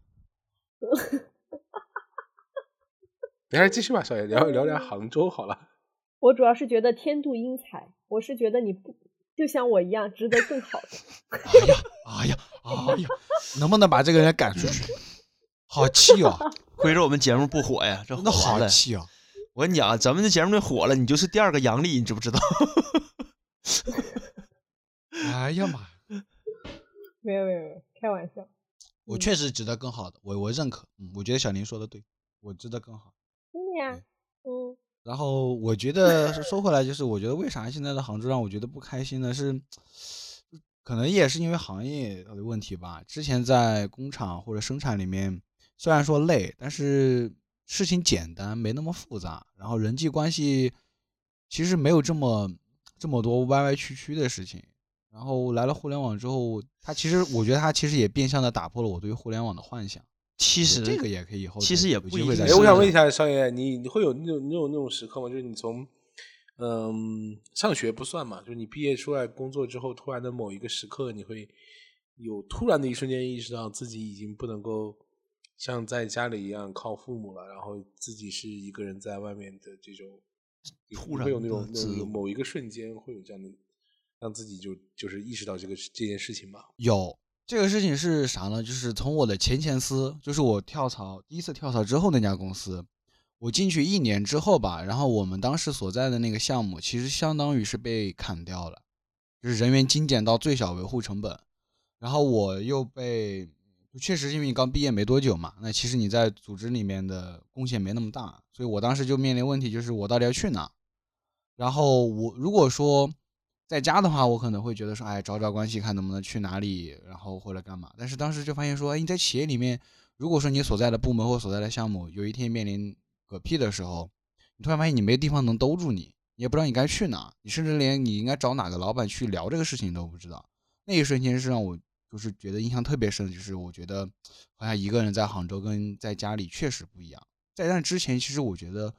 你还是继续吧，少爷，聊杭州好了。 我主要是觉得天妒英才，我是觉得你不就像我一样值得更好的。 哎呀，能不能把这个人赶出去？好气哦！ 亏着我们节目不火呀，这真的好气哦！ 我跟你讲，咱们这节目火了，你就是第2个杨笠，你知不知道？ 哎呀妈！ 没有，开玩笑。 我确实值得更好的，我认可。我觉得小林说的对，我值得更好。 真的呀， 然后我觉得说回来，就是我觉得为啥现在的杭州让我觉得不开心呢？是可能也是因为行业的问题吧。之前在工厂或者生产里面，虽然说累，但是事情简单，没那么复杂，然后人际关系其实没有这么多歪歪曲曲的事情。然后来了互联网之后，我觉得它其实也变相的打破了我对于互联网的幻想。 其实这个也可以以后其实也不一定。 我想问一下少爷，你会有那种时刻吗？就是你从上学不算嘛，就是你毕业出来工作之后，突然的某一个时刻，你会有突然的一瞬间意识到自己已经不能够像在家里一样靠父母了，然后自己是一个人在外面的这种， 突然会有那种某一个瞬间会有这样的，让自己就是意识到这件事情吗？ 有。这个事情是啥呢？就是从我的前司，就是我第一次跳槽之后那家公司，我进去1年之后吧，然后我们当时所在的那个项目，其实相当于是被砍掉了，就是人员精简到最小维护成本。然后我又确实因为你刚毕业没多久嘛，那其实你在组织里面的贡献没那么大，所以我当时就面临问题，就是我到底要去哪？然后我如果说在家的话，我可能会觉得说，找关系，看能不能去哪里，然后或者干嘛。但是当时就发现说，你在企业里面，如果说你所在的部门或所在的项目有一天面临嗝屁的时候，你突然发现你没地方能兜住你也不知道你该去哪，你甚至连你应该找哪个老板去聊这个事情都不知道。那一瞬间是让我就是觉得印象特别深，就是我觉得好像一个人在杭州跟在家里确实不一样。在那之前，其实我觉得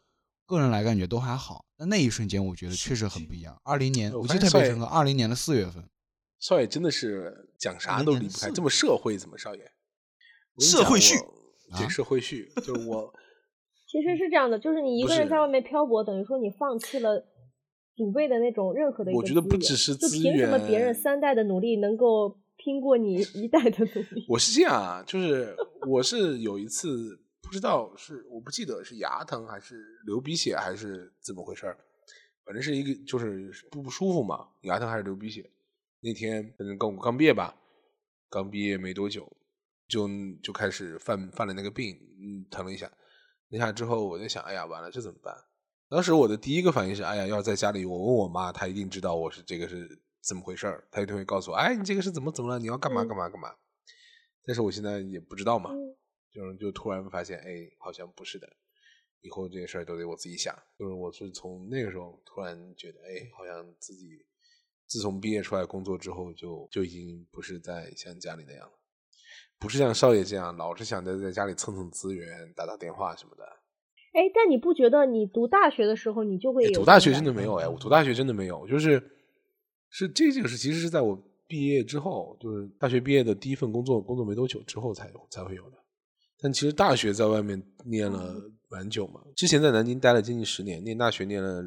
个人来感觉都还好。但那一瞬间，我觉得确实很不一样。20年，我记得发现特别深刻，20年的4月份， 少爷真的是讲啥都离不开，这么社会怎么少爷？ 社会序， 对，社会序就是我。 其实是这样的，就是你一个人在外面漂泊，等于说你放弃了祖辈的那种任何的一个我觉得不只是资源， 就凭什么别人3代的努力能够拼过你1代的努力？ 我是这样啊，就是我是有一次不知道是我不记得是牙疼还是流鼻血还是怎么回事，反正是一个就是不舒服嘛，牙疼还是流鼻血。那天反正刚毕业吧，刚毕业没多久就开始犯了那个病，疼了一下。那下之后我在想，哎呀完了这怎么办？当时我的第一个反应是，哎呀要在家里我问我妈，她一定知道我是这个是怎么回事，她一定会告诉我，哎你这个是怎么了，你要干嘛干嘛干嘛。但是我现在也不知道嘛，就突然发现，哎好像不是的，以后这些事儿都得我自己想。就是我是从那个时候突然觉得，哎好像自己自从毕业出来工作之后就已经不是在像家里那样了，不是像少爷这样老是想着在家里蹭资源打电话什么的。 哎，但你不觉得你读大学的时候你就会有？ 读大学真的没有，我读大学真的没有，就是这个是其实是在我毕业之后，就是大学毕业的第一份工作没多久之后才会有的。但其实大学在外面念了蛮久嘛，之前在南京待了接近10年，念大学念了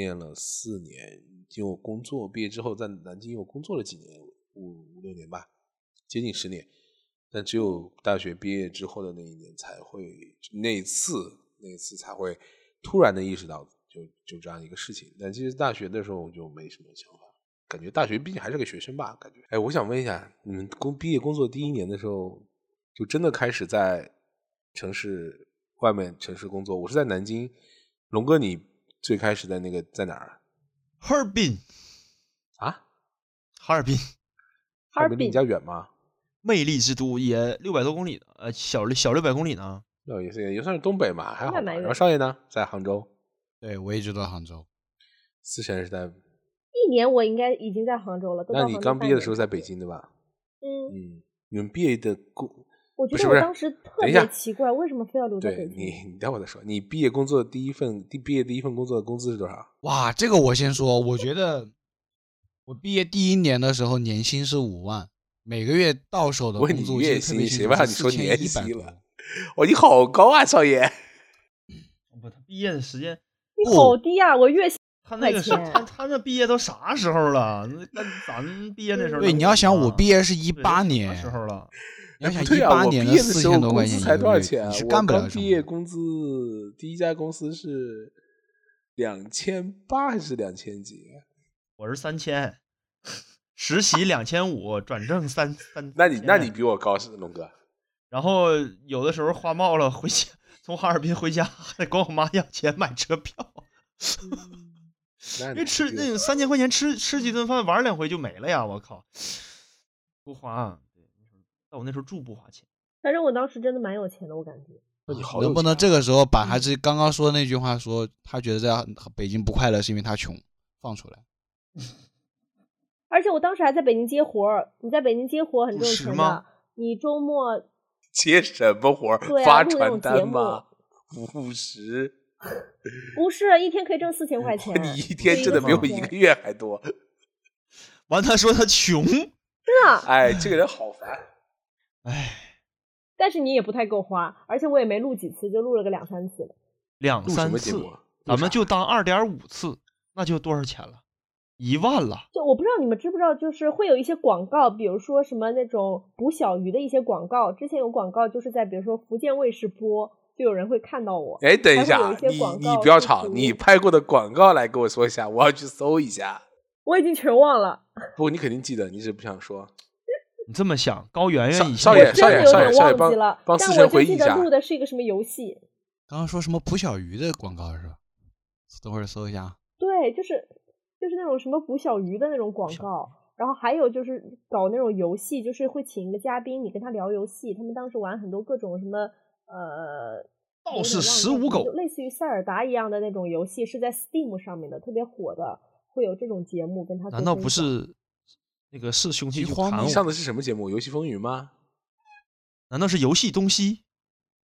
4年，因为我工作毕业之后在南京又工作了几年，5-6年吧，接近10年。但只有大学毕业之后的那一年才会那一次才会突然的意识到就这样一个事情。但其实大学的时候我就没什么想法，感觉大学毕竟还是个学生吧，感觉。哎，我想问一下，你们毕业工作第1年的时候就真的开始在外面城市工作？我是在南京，龙哥你最开始在哪儿？ 哈尔滨啊？ 哈尔滨离你家远吗？ 魅力之都，也600多公里的，小600公里呢。 也算是东北嘛，还好吧。然后少爷呢，在杭州。 对，我一直都在杭州。 思辰是在 1年，我应该已经在杭州了。 那你刚毕业的时候在北京对吧？你们毕业的我觉得我当时特别奇怪，为什么非要留在北京？ 你待会儿再说。你毕业工作第一份工作的工资是多少？ 哇，这个我先说，我觉得我毕业第1年的时候年薪是5万，每个月到手的工资月薪，谁让你说年薪了？ 哦， 你好高啊，少爷！ 不，他毕业的时间你好低啊！我月薪他那个他那毕业都啥时候了？那咱们毕业那时候， 对，你要想我毕业是18年时候了。 你要想18年的4000多块钱才多少钱？ 你是干不了什么。 我刚毕业工资第一家公司是2800还是2000几？ 我是3000，实习2500，转正3。 那你比我高是龙哥。 然后有的时候花冒了，回家从哈尔滨回家还管我妈要钱买车票，因为吃那3000块钱吃几顿饭玩2回就没了呀！我靠，不花。但我那时候住不花钱。 反正我当时真的蛮有钱的，我感觉。 能不能这个时候把还是刚刚说的那句话说，他觉得在北京不快乐是因为他穷，放出来。 而且我当时还在北京接活，你在北京接活很挣钱的。你周末接什么活？ 对啊， 发传单吗？50？ 不是，一天可以挣4000块钱。 你一天挣的比我1个月还多。 完，他说他穷。 是啊。 哎，这个人好烦。 哎。 但是你也不太够花，而且我也没录几次，就录了个2-3次了。 2-3次，咱们就当2.5次，那就多少钱了？1万了。 就我不知道你们知不知道，就是会有一些广告，比如说什么那种捕小鱼的一些广告。之前有广告就是在比如说福建卫视播，就有人会看到我。 哎，等一下，你不要吵，你拍过的广告来跟我说一下，我要去搜一下。 我已经全忘了。 不，你肯定记得，你只是不想说。 你这么想，高圆圆以前少爷帮思辰回忆一下。 但我就记得录的是一个什么游戏。 刚刚说什么捕小鱼的广告是吧？等会儿搜一下。 对，就是那种什么捕小鱼的那种广告，然后还有就是搞那种游戏，就是会请一个嘉宾，你跟他聊游戏。他们当时玩很多各种什么道士15狗， 类似于塞尔达一样的那种游戏，是在 Steam 上面的，特别火的，会有这种节目跟他。 难道不是？那个是兄弟就你上的是什么节目？游戏风云吗？ 难道是游戏东西？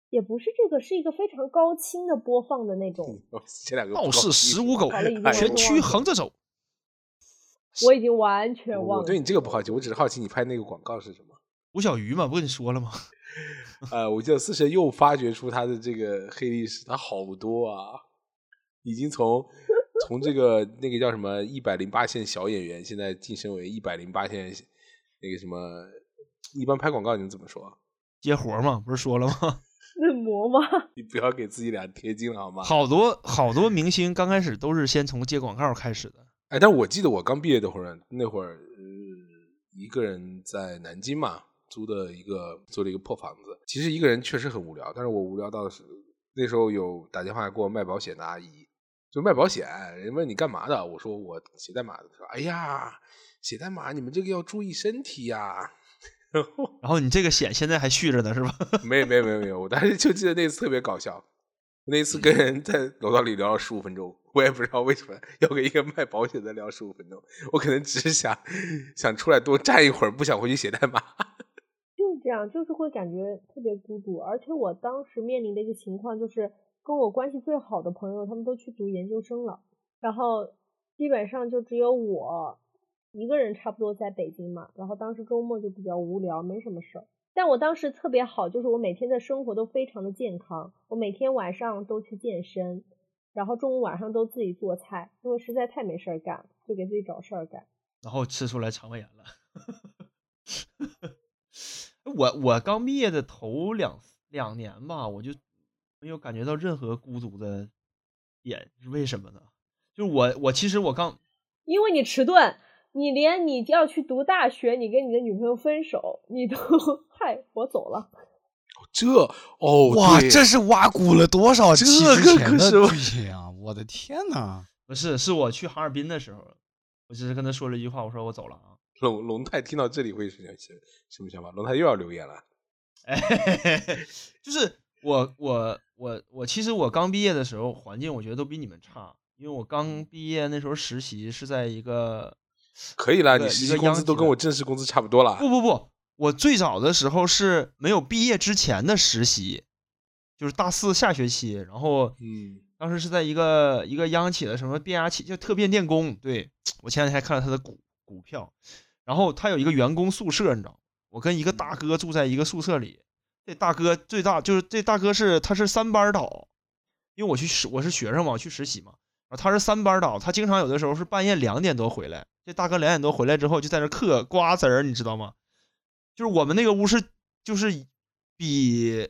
也不是这个，是一个非常高清的播放的那种。 这两个道士15狗好了已经完全全区横着走。 我已经完全忘了。 我对你这个不好奇，我只是好奇你拍那个广告是什么。 吴小鱼嘛，不跟你说了吗？ 我记得四神又发掘出他的这个黑历史，他好多啊，已经从这个那个叫什么108线小演员，现在晋升为108线那个什么，一般拍广告你们怎么说？ 接活嘛，不是说了吗？ 嫩模吗？ 你不要给自己俩贴金了好吗？ 好多明星刚开始都是先从接广告开始的。 哎，但我记得我刚毕业那会儿，一个人在南京嘛，租了一个破房子。其实一个人确实很无聊，但是我无聊到的是那时候有打电话给我卖保险的阿姨，就卖保险，人问你干嘛的，我说我写代码的，说哎呀，写代码你们这个要注意身体呀。 然后你这个险现在还续着呢是吧？ 没有，我当时就记得那次特别搞笑，那次跟人在楼道里聊了15分钟，我也不知道为什么要跟一个卖保险的聊15分钟，我可能只是想出来多站一会儿，不想回去写代码。 就是这样，就是会感觉特别孤独。而且我当时面临的一个情况就是，跟我关系最好的朋友他们都去读研究生了，然后基本上就只有我一个人差不多在北京嘛，然后当时周末就比较无聊，没什么事儿。但我当时特别好，就是我每天的生活都非常的健康，我每天晚上都去健身，然后中午晚上都自己做菜，因为实在太没事儿干，就给自己找事儿干。 然后吃出来肠胃炎了。我刚毕业的头两年吧，我就没有感觉到任何孤独的点，是为什么呢？就是我其实我刚， 因为你迟钝，你连你要去读大学，你跟你的女朋友分手，你都嗨，我走了。 哇，这是挖苦了多少期之前的对剧情啊！我的天哪！ 不是我去哈尔滨的时候，我只是跟他说了一句话，我说我走了啊。 龙太听到这里会什么想法？龙太又要留言了。 就是我其实我刚毕业的时候环境我觉得都比你们差，因为我刚毕业那时候实习是在一个可以了，你实习工资都跟我正式工资差不多了。 不，我最早的时候是没有毕业之前的实习，就是大4下学期，然后当时是在一个央企的什么变压器，叫特变电工。对，我前两天还看了他的股票，然后他有一个员工宿舍，你知道吗？我跟一个大哥住在一个宿舍里，这大哥最大就是这大哥他是3班倒，因为我是学生嘛，我去实习嘛，然后他是3班倒，他经常有的时候是半夜2点多回来，这大哥2点多回来之后就在那嗑瓜子儿，你知道吗？就是我们那个屋是就是比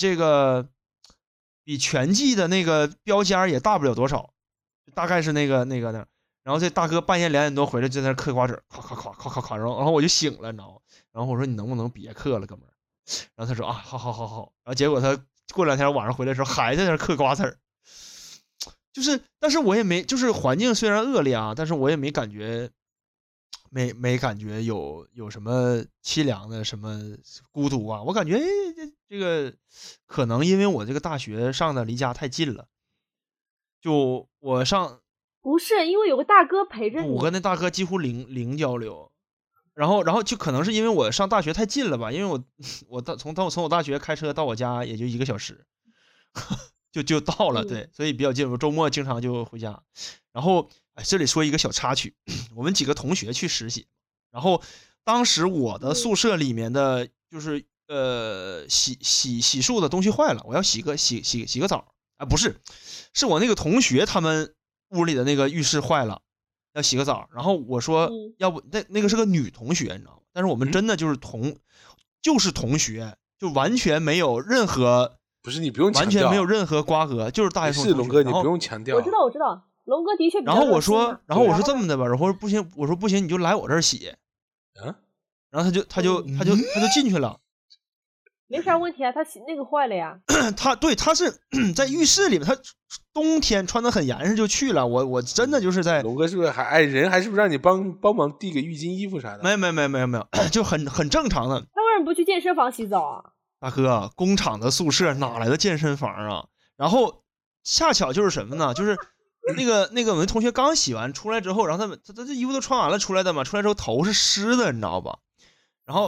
全季的那个标间也大不了多少，大概是那个然后这大哥半夜2点多回来就在那嗑瓜子儿，咔，然后我就醒了，你知道吗？然后我说你能不能别嗑了，哥们儿？然后他说啊，好。然后结果他过2天晚上回来的时候还在那嗑瓜子儿，但是我也没，就是环境虽然恶劣啊，但是我也没感觉，没感觉有什么凄凉的什么孤独啊。我感觉这个可能因为我这个大学上的离家太近了，就我上不是因为有个大哥陪着你， 我跟那大哥几乎零交流。然后就可能是因为我上大学太近了吧，因为我从我大学开车到我家也就1个小时，就到了，对，所以比较近。我周末经常就回家。然后这里说一个小插曲，我们几个同学去实习，然后当时我的宿舍里面的就是洗漱的东西坏了，我要洗个澡啊，不是，是我那个同学他们屋里的那个浴室坏了。要洗个澡，然后我说要不那个是个女同学，你知道吗？但是我们真的就是同学，就完全没有任何， 不是你不用强调， 完全没有任何瓜葛，就是大学同学。 是龙哥，你不用强调。 我知道，龙哥的确比较。 然后我说这么的吧，然后不行，我说不行，你就来我这儿洗。然后他就进去了。 没啥问题啊，他洗那个坏了呀。 他是在浴室里面，他冬天穿得很严实就去了。我真的就是在龙哥是不是还人还是不是让你帮忙递个浴巾衣服啥的？ 没有，就很正常的。 他为什么不去健身房洗澡啊？ 大哥，工厂的宿舍哪来的健身房啊？然后恰巧就是什么呢？就是那个我们同学刚洗完出来之后，然后他这衣服都穿完了出来的嘛，出来之后头是湿的，你知道吧？然后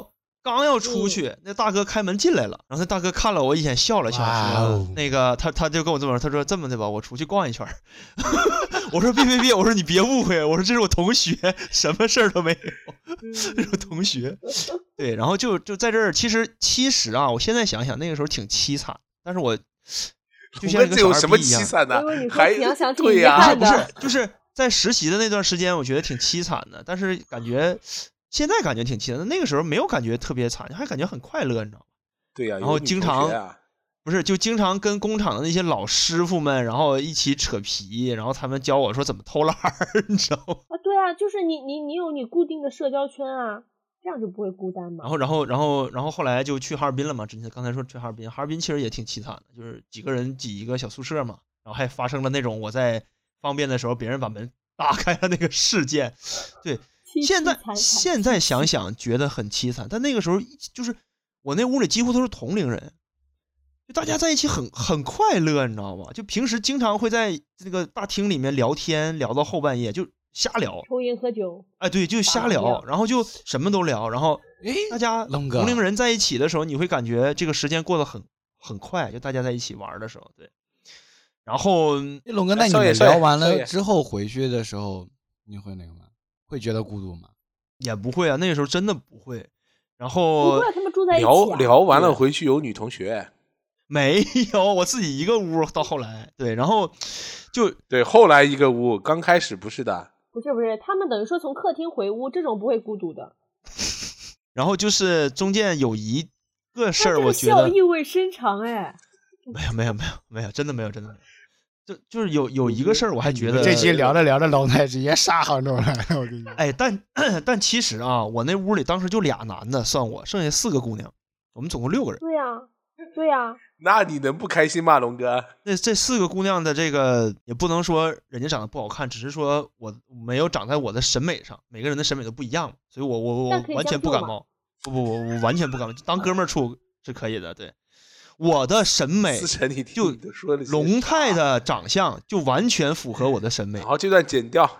刚要出去，那大哥开门进来了，然后那大哥看了我一眼，笑了笑，说那个他就跟我这么说，他说这么的吧，我出去逛一圈。我说别，我说你别误会，我说这是我同学，什么事儿都没有，这是我同学。对，然后就在这儿，其实啊，我现在想想那个时候挺凄惨，但是我就像一个小有什么二逼一样凄惨的？ 还想挺遗对呀、 憾的， 不是，就是在实习的那段时间，我觉得挺凄惨的，但是现在感觉挺凄惨的，那个时候没有感觉特别惨，还感觉很快乐，你知道吗？ 对呀、 然后经常不是就经常跟工厂的那些老师傅们，然后一起扯皮，然后他们教我说怎么偷懒儿，你知道吗？ 啊，对啊，就是你有你固定的社交圈啊，这样就不会孤单嘛。 然后后来就去哈尔滨了嘛，之前刚才说去哈尔滨，哈尔滨其实也挺凄惨的，就是几个人挤一个小宿舍嘛，然后还发生了那种我在方便的时候别人把门打开了那个事件。对，现在想想觉得很凄惨，但那个时候就是我那屋里几乎都是同龄人，就大家在一起很快乐，你知道吗？就平时经常会在这个大厅里面聊天，聊到后半夜就瞎聊， 抽烟喝酒， 哎，对，就瞎聊，然后就什么都聊，然后大家同龄人在一起的时候，你会感觉这个时间过得很快，就大家在一起玩的时候，对。然后龙哥，那你们聊完了之后回去的时候，你会那个吗？会觉得孤独吗？ 也不会啊，那个时候真的不会。然后不会，他们住在一起啊。 聊完了回去有女同学？ 没有，我自己一个屋到后来，对，然后就对，后来一个屋，刚开始不是的。 不是，他们等于说从客厅回屋，这种不会孤独的。 然后就是中间有一个事儿，我觉得笑意味深长哎。 没有，真的没有。就是有一个事儿，我还觉得这期聊着龙太直接杀杭州了，我跟你说。 哎，但其实啊，我那屋里当时就俩男的，算我，剩下4个姑娘，我们总共6个人。 对呀。 那你能不开心吗，龙哥？ 这4个姑娘的这个也不能说人家长得不好看，只是说我没有长在我的审美上，每个人的审美都不一样，所以我完全不感冒。不，我完全不感冒，当哥们儿处是可以的。对，我的审美就龙太的长相就完全符合我的审美。 好，这段剪掉。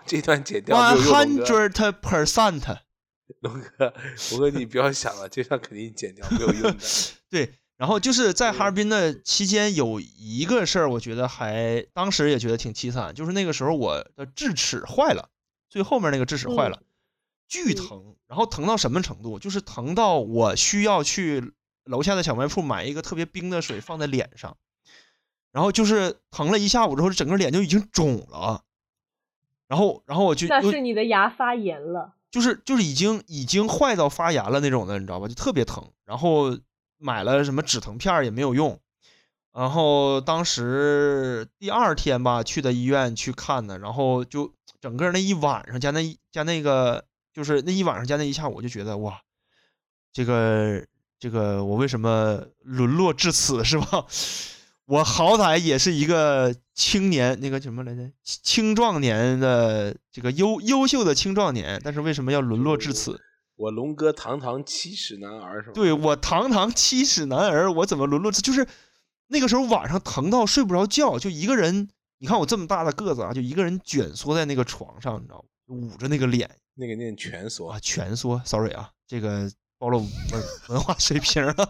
100%。 龙哥，你不要想了，这段肯定剪掉，没有用的。 对。然后就是在哈尔滨的期间有一个事儿，我觉得当时也觉得挺凄惨，就是那个时候我的智齿坏了，最后面那个智齿坏了，巨疼，然后疼到什么程度？就是疼到我需要去楼下的小卖铺买一个特别冰的水放在脸上，然后就是疼了一下午之后，整个脸就已经肿了，然后我就那是你的牙发炎了， 就是已经坏到发炎了那种的，你知道吧？就特别疼，然后买了什么止疼片也没有用，然后当时第2天吧去的医院去看的，然后就整个那一晚上加那个就是那一晚上加那一下午，我就觉得哇，这个我为什么沦落至此是吧？我好歹也是一个青年，那个什么来着，青壮年的这个优秀的青壮年，但是为什么要沦落至此？ 我龙哥堂七尺男儿是吧？ 对，我堂七尺男儿，我怎么沦落？就是那个时候晚上疼到睡不着觉，就一个人，你看我这么大的个子啊，就一个人蜷缩在那个床上，你知道吗？捂着那个脸， 那个念蜷缩啊，蜷缩 ，sorry 啊，这个暴露文化水平了。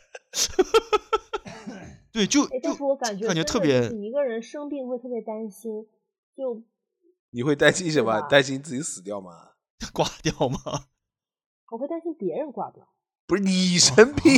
对， 但是我感觉特别， 一个人生病会特别担心，就你会担心什么？担心自己死掉吗？ 挂掉吗？ 我会担心别人挂掉。 不是你生病。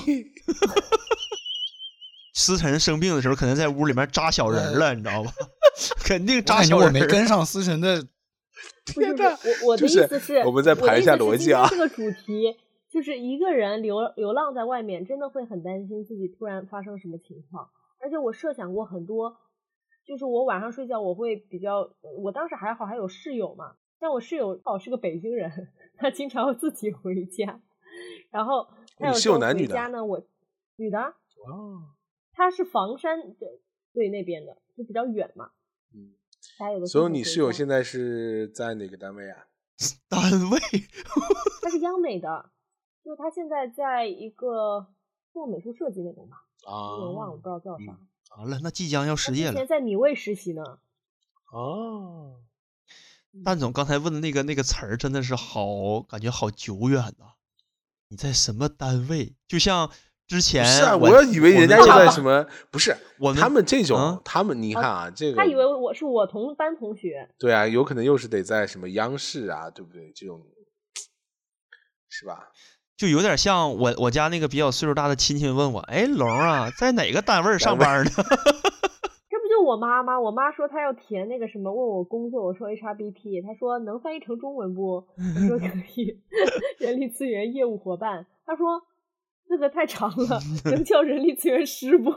思辰生病的时候，可能在屋里面扎小人了，你知道吧？肯定扎小人。 我没跟上思辰的。 天哪！我的意思是， 我们再盘一下逻辑啊。 这个主题就是一个人流浪在外面，真的会很担心自己突然发生什么情况。而且我设想过很多，就是我晚上睡觉我会比较，我当时还好还有室友嘛，但我室友是个北京人，他经常会自己回家，然后他有时候回家呢，我女的哦，他是房山对那边的，就比较远嘛。 所以你室友现在是在哪个单位啊？ 单位？ 他是央美的，就他现在在一个做美术设计那种吧，有点忘了，不知道叫啥。 完了，那即将要失业了。 之前在米味实习呢。 哦， 蛋总刚才问的那个词儿真的是感觉好久远呐。 你在什么单位？就像之前是啊，我要以为人家又在什么，不是我们他们这种， 嗯他们你看啊，这个他以为我同班同学， 对啊，有可能又是得在什么央视啊，对不对？这种是吧？ 就有点像我家那个比较岁数大的亲戚问我，哎，龙啊，在哪个单位上班呢？ 这不就我妈吗？我妈说她要填那个什么，问我工作，我说 HRBP，她说能翻译成中文不？我说可以，人力资源业务伙伴。她说这个太长了，能叫人力资源师不？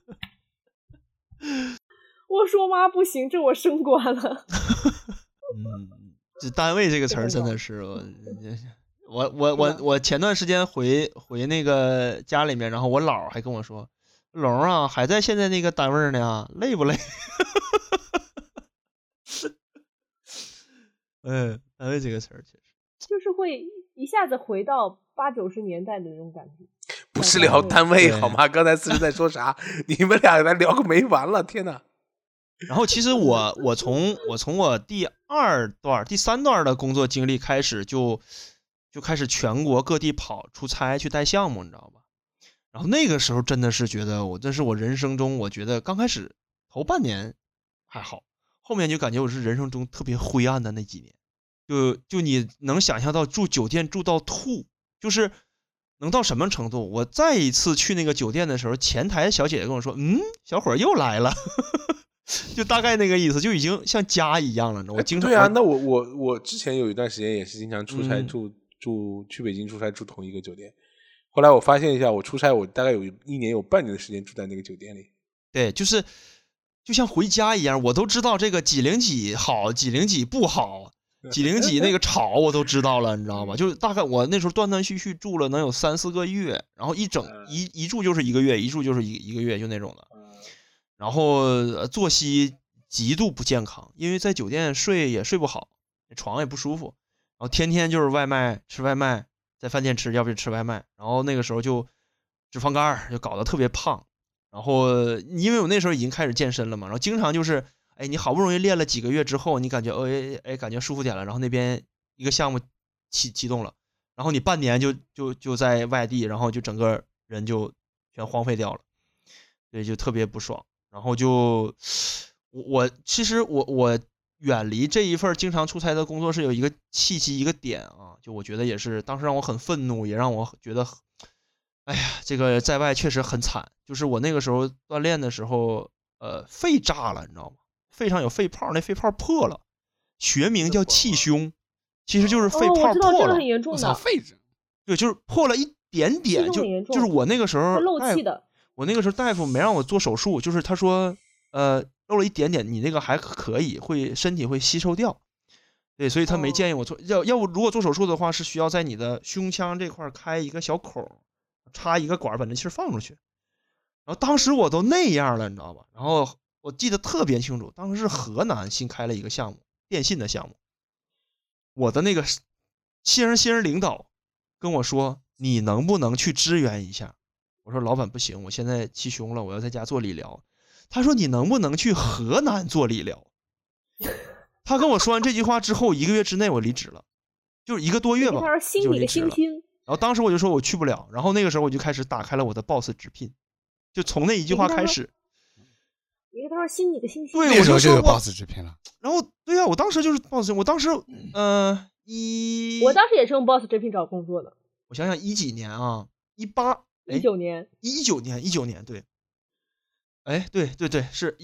我说妈不行，这我升官了。 这单位这个词儿真的是我前段时间回那个家里面，然后我姥还跟我说，龙啊还在现在那个单位呢，累不累？单位这个词儿确实就是会一下子回到80、90年代的那种感觉。 不是聊单位好吗？刚才40在说啥？你们俩来聊个没完了，天哪！ 然后其实我从我第3段的工作经历开始就开始全国各地跑出差去带项目，你知道吧？然后那个时候真的是觉得这是我人生中，我觉得刚开始头半年还好，后面就感觉我是人生中特别灰暗的那几年。就你能想象到住酒店住到吐，就是能到什么程度？我再一次去那个酒店的时候，前台小姐姐跟我说，小伙又来了。就大概那个意思，就已经像家一样了。我经常对啊，那我之前有一段时间也是经常出差去北京出差住同一个酒店，后来我发现一下，我出差我大概有1年有半年的时间住在那个酒店里。 对，就是就像回家一样，我都知道这个几零几好，几零几不好，几零几那个吵我都知道了，你知道吗？就是大概我那时候断断续续住了能有3、4个月，然后一住就是1个月，一住就是一个月，就那种的。然后作息极度不健康，因为在酒店睡也睡不好，床也不舒服，然后天天就是吃外卖，在饭店吃，要不就吃外卖，然后那个时候就脂肪肝就搞得特别胖，然后因为我那时候已经开始健身了嘛，然后经常就是你好不容易练了几个月之后，你感觉感觉舒服点了，然后那边一个项目启动了，然后你半年就在外地，然后就整个人就全荒废掉了，对，就特别不爽。然后就其实我远离这一份经常出差的工作是有一个契机一个点啊，就我觉得也是当时让我很愤怒，也让我觉得哎呀这个在外确实很惨。就是我那个时候锻炼的时候肺炸了，你知道吗？肺上有肺泡，那肺泡破了，学名叫气胸，其实就是肺泡破了。 我知道这个很严重的。 肺子对，就是破了一点点，就是我那个时候漏气的。 我那个时候大夫没让我做手术，就是他说漏了一点点，你那个还可以，身体会吸收掉。对，所以他没建议我做。要不如果做手术的话，是需要在你的胸腔这块开一个小口，插一个管把那气放出去。然后当时我都那样了，你知道吧？然后我记得特别清楚，当时是河南新开了一个项目，电信的项目。我的那个新人领导跟我说，你能不能去支援一下？我说老板不行，我现在气胸了，我要在家做理疗。他说你能不能去河南做理疗？他跟我说完这句话之后，1个月之内我离职了，就是1个多月吧， 他说心里的星星。 然后当时我就说我去不了，然后那个时候我就开始打开了我的 boss 直聘，就从那一句话开始。 你跟他说心里的星星。 对， 那时候就有 boss 直聘了。 然后对呀，我当时就是 boss， 我当时我当时也是用 boss 直聘找工作的。 我想想几年啊，19年，对，对，是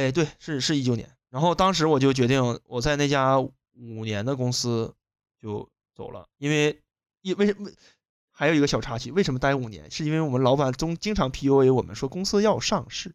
19年。然后当时我就决定我在那家5年的公司就走了，因为为什么还有一个小插曲，为什么待5年？是因为我们老板经常 PUA 我们说公司要上市。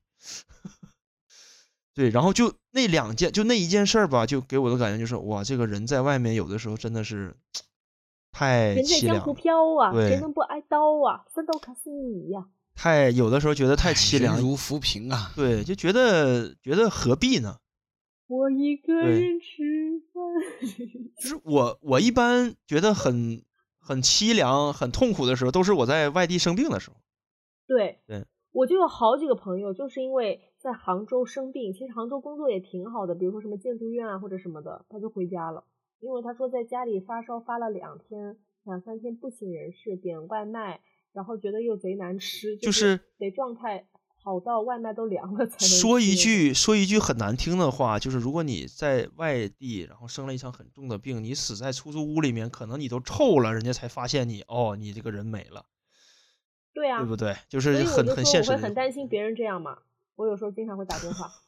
对，然后就那一件事儿吧，就给我的感觉就是哇，这个人在外面有的时候真的是太人在凄凉， 江湖飘啊， 对， 谁能不挨刀啊？三刀砍死你呀！ 有的时候觉得太凄凉， 人如浮萍啊。 对，就觉得何必呢？ 我一个人吃饭。 就是我一般觉得很凄凉、很痛苦的时候，都是我在外地生病的时候。 对， 对， 我就有好几个朋友，就是因为在杭州生病，其实杭州工作也挺好的，比如说什么建筑院啊或者什么的，他就回家了，因为他说在家里发烧发了2天， 2-3天不省人事，点外卖，然后觉得又贼难吃， 就是得状态好到外卖都凉了才能说一吃句很难听的话，就是如果你在外地，然后生了一场很重的病，你死在出租屋里面，可能你都臭了，人家才发现你，哦，你这个人没了， 对啊， 对不对？就是所以我就很说我会很现实的。 担心别人这样嘛，我有时候经常会打电话。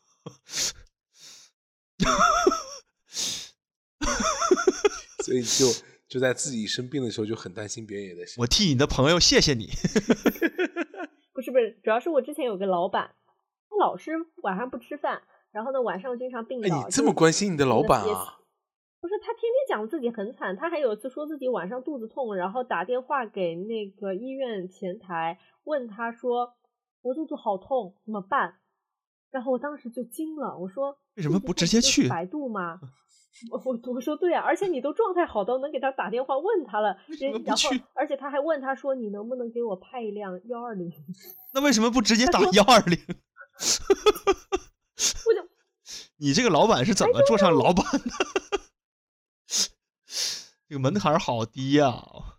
所以就在自己生病的时候就很担心别人也在生病。 我替你的朋友谢谢你。 不是，主要是我之前有个老板，他老是晚上不吃饭，然后呢晚上经常病哎， 倒。 你这么关心你的老板也啊？ 不是，他天天讲自己很惨，他还有一次说自己晚上肚子痛，然后打电话给那个医院前台，问他说我肚子好痛怎么办？然后我当时就惊了，我说为什么不直接去？ 百度吗？我说对啊，而且你都状态好到能给他打电话问他了，然后而且他还问他说你能不能给我派一辆120？ 那为什么不直接打120？ 我就你这个老板是怎么做上老板的？这个门槛好低呀、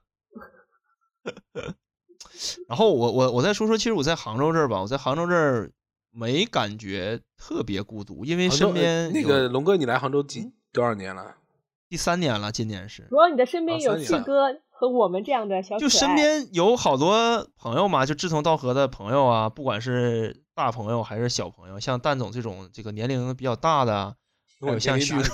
然后我再说说，其实我在杭州这儿吧，我在杭州这儿没感觉特别孤独，因为身边那个龙哥，你来杭州多少年了？ 第3年了，今年是。 主要你的身边有旭哥和我们这样的小可爱， 就身边有好多朋友嘛，就志同道合的朋友啊，不管是大朋友还是小朋友，像蛋总这种这个年龄比较大的，还有像旭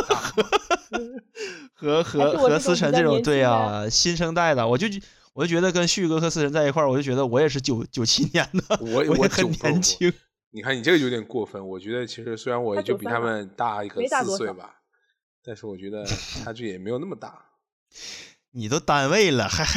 和思辰这种，对啊，新生代的，我就觉得跟旭哥和思辰在一块儿，我就觉得我也是97年的，我也很年轻。 你看你这个有点过分，我觉得其实虽然我也就比他们大一个4岁吧，但是我觉得差距也没有那么大。 你都单位了，还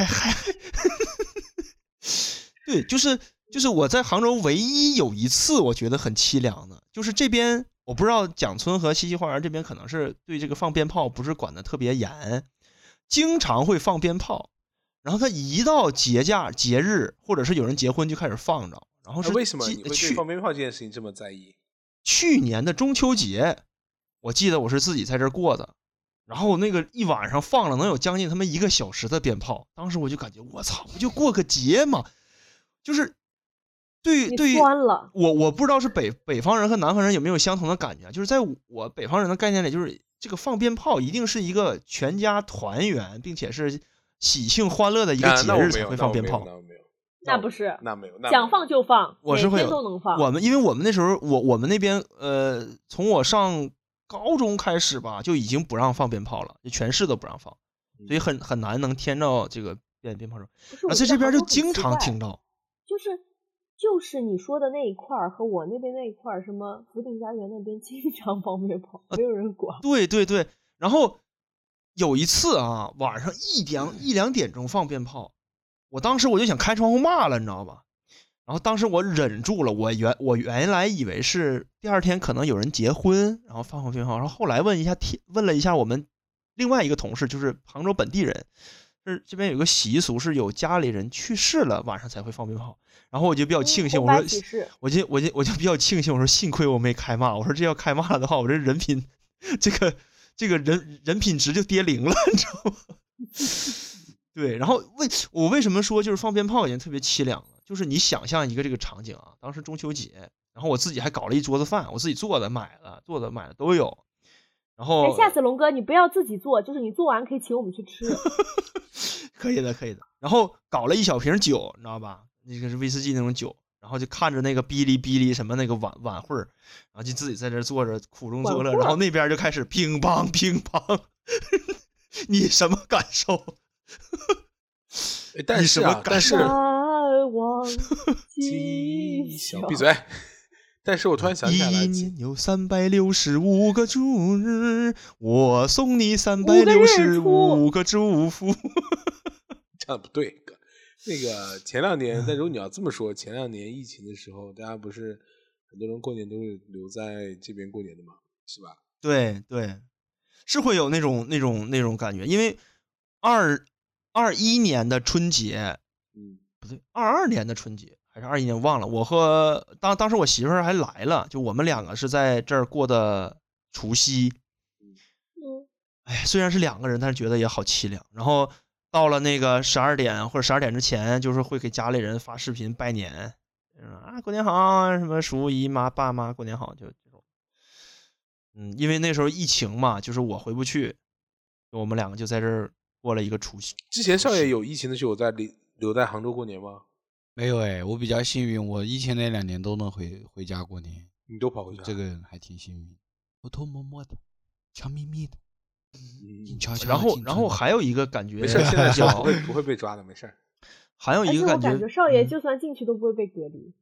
对，就是我在杭州唯一有一次我觉得很凄凉的，就是这边我不知道蒋村和西溪花园这边可能是对这个放鞭炮不是管得特别严，经常会放鞭炮，然后他一到节日或者是有人结婚就开始放着，然后是为什么你会对放鞭炮这件事情这么在意？ 去年的中秋节，我记得我是自己在这儿过的，然后那个一晚上放了能有将近他们1个小时的鞭炮，当时我就感觉我操，不就过个节嘛，就是对于我不知道是北方人和南方人有没有相同的感觉，就是在我北方人的概念里，就是这个放鞭炮一定是一个全家团圆并且是喜庆欢乐的一个节日才会放鞭炮。 那不是， 那没有， 想放就放， 我是会每天都能放。 因为我们那时候我们那边从我上高中开始吧，就已经不让放鞭炮了，就全市都不让放，所以很难能听到这个鞭炮声。而在这边就经常听到， 就是你说的那一块和我那边那一块，什么福鼎家园那边经常放鞭炮，没有人管。 对对对，然后有一次啊，晚上1-2点钟放鞭炮，我当时我就想开窗户骂了，你知道吧？然后当时我忍住了，我原来以为是第2天可能有人结婚，然后放鞭炮，然后后来问了一下我们另外一个同事，就是杭州本地人，是这边有个习俗是有家里人去世了晚上才会放鞭炮，然后我就比较庆幸，我说我就比较庆幸，我说幸亏我没开骂，我说这要开骂了的话，我这人品这个人品值就跌0了，你知道吗？对，然后我为什么说就是放鞭炮已经特别凄凉了？就是你想象一个这个场景啊，当时中秋节，然后我自己还搞了一桌子饭，我自己做的买的都有。然后下次龙哥你不要自己做，就是你做完可以请我们去吃。 可以的。然后搞了1小瓶酒，你知道吧？那个是威士忌那种酒，然后就看着那个哔哩什么那个晚会，然后就自己在这坐着苦中作乐，然后那边就开始乒乓，你什么感受？ 但是闭嘴！但是我突然想起来， 一年有365个祝日，我送你365个祝福。 这样不对，那个前2年，但如果你要这么说，前2年疫情的时候，大家不是很多人过年都是留在这边过年的嘛，是吧？ 对，是会有那种感觉，因为21年的春节，不对，22年的春节还是21年忘了，我和当时我媳妇儿还来了，就我们2个是在这儿过的除夕。哎，虽然是2个人，但是觉得也好凄凉。然后到了那个12点或者12点之前，就是会给家里人发视频拜年，啊过年好，什么叔姨妈爸妈过年好，就这种。因为那时候疫情嘛，就是我回不去，我们2个就在这儿过了一个除夕。 之前少爷有疫情的时候留在杭州过年吗？ 没有哎，我比较幸运，我疫情那2年都能回家过年。 你都跑回家？ 这个还挺幸运，偷偷摸摸的，悄咪咪的，静悄悄。 然后还有一个感觉， 没事，现在不会被抓的，没事。 还有一个感觉少爷就算进去都不会被隔离。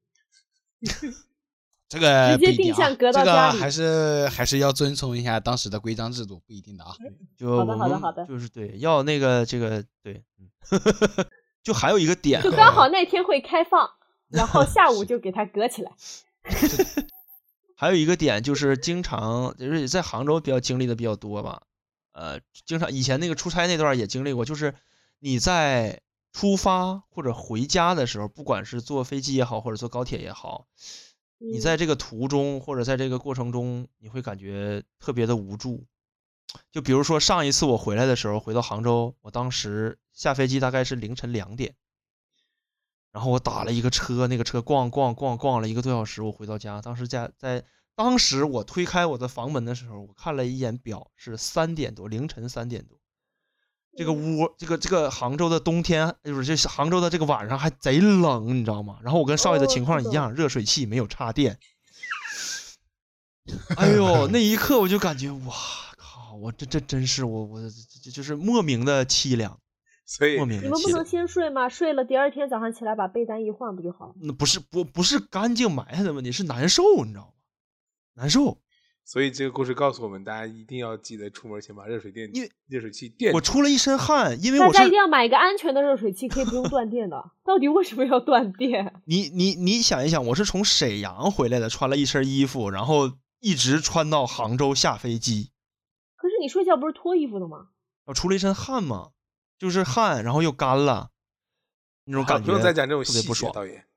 这个直接定向隔到家里， 这个还是要遵从一下当时的规章制度，不一定的啊。 就好的， 就是对，要那个这个对，就还有一个点， 就刚好那天会开放，然后下午就给他隔起来。 还有一个点就是经常就是在杭州比较经历的比较多吧，经常以前那个出差那段也经历过，就是你在出发或者回家的时候，不管是坐飞机也好，或者坐高铁也好，你在这个途中或者在这个过程中，你会感觉特别的无助。就比如说上一次我回来的时候，回到杭州，我当时下飞机大概是凌晨2点，然后我打了一个车，那个车逛了1个多小时，我回到家。当时我推开我的房门的时候，我看了一眼表，是3点多，凌晨3点多。这个杭州的冬天，就是这杭州的这个晚上还贼冷，你知道吗？然后我跟少爷的情况一样，热水器没有插电。哎呦，那一刻我就感觉哇靠，我这真是我就是莫名的凄凉。 所以你们不能先睡吗？睡了第2天早上起来把被单一换不就好了？ 那不是干净埋汰的问题，是难受，你知道吗？难受。 所以这个故事告诉我们，大家一定要记得出门前把热水器电。 我出了一身汗，因为大家一定要买一个安全的热水器，可以不用断电的。到底为什么要断电？ 你想一想，我是从沈阳回来的，穿了一身衣服，然后一直穿到杭州下飞机。 可是你睡觉不是脱衣服的吗？ 我出了一身汗嘛，就是汗，然后又干了，那种感觉。 不用再讲这种特别不爽， 导演。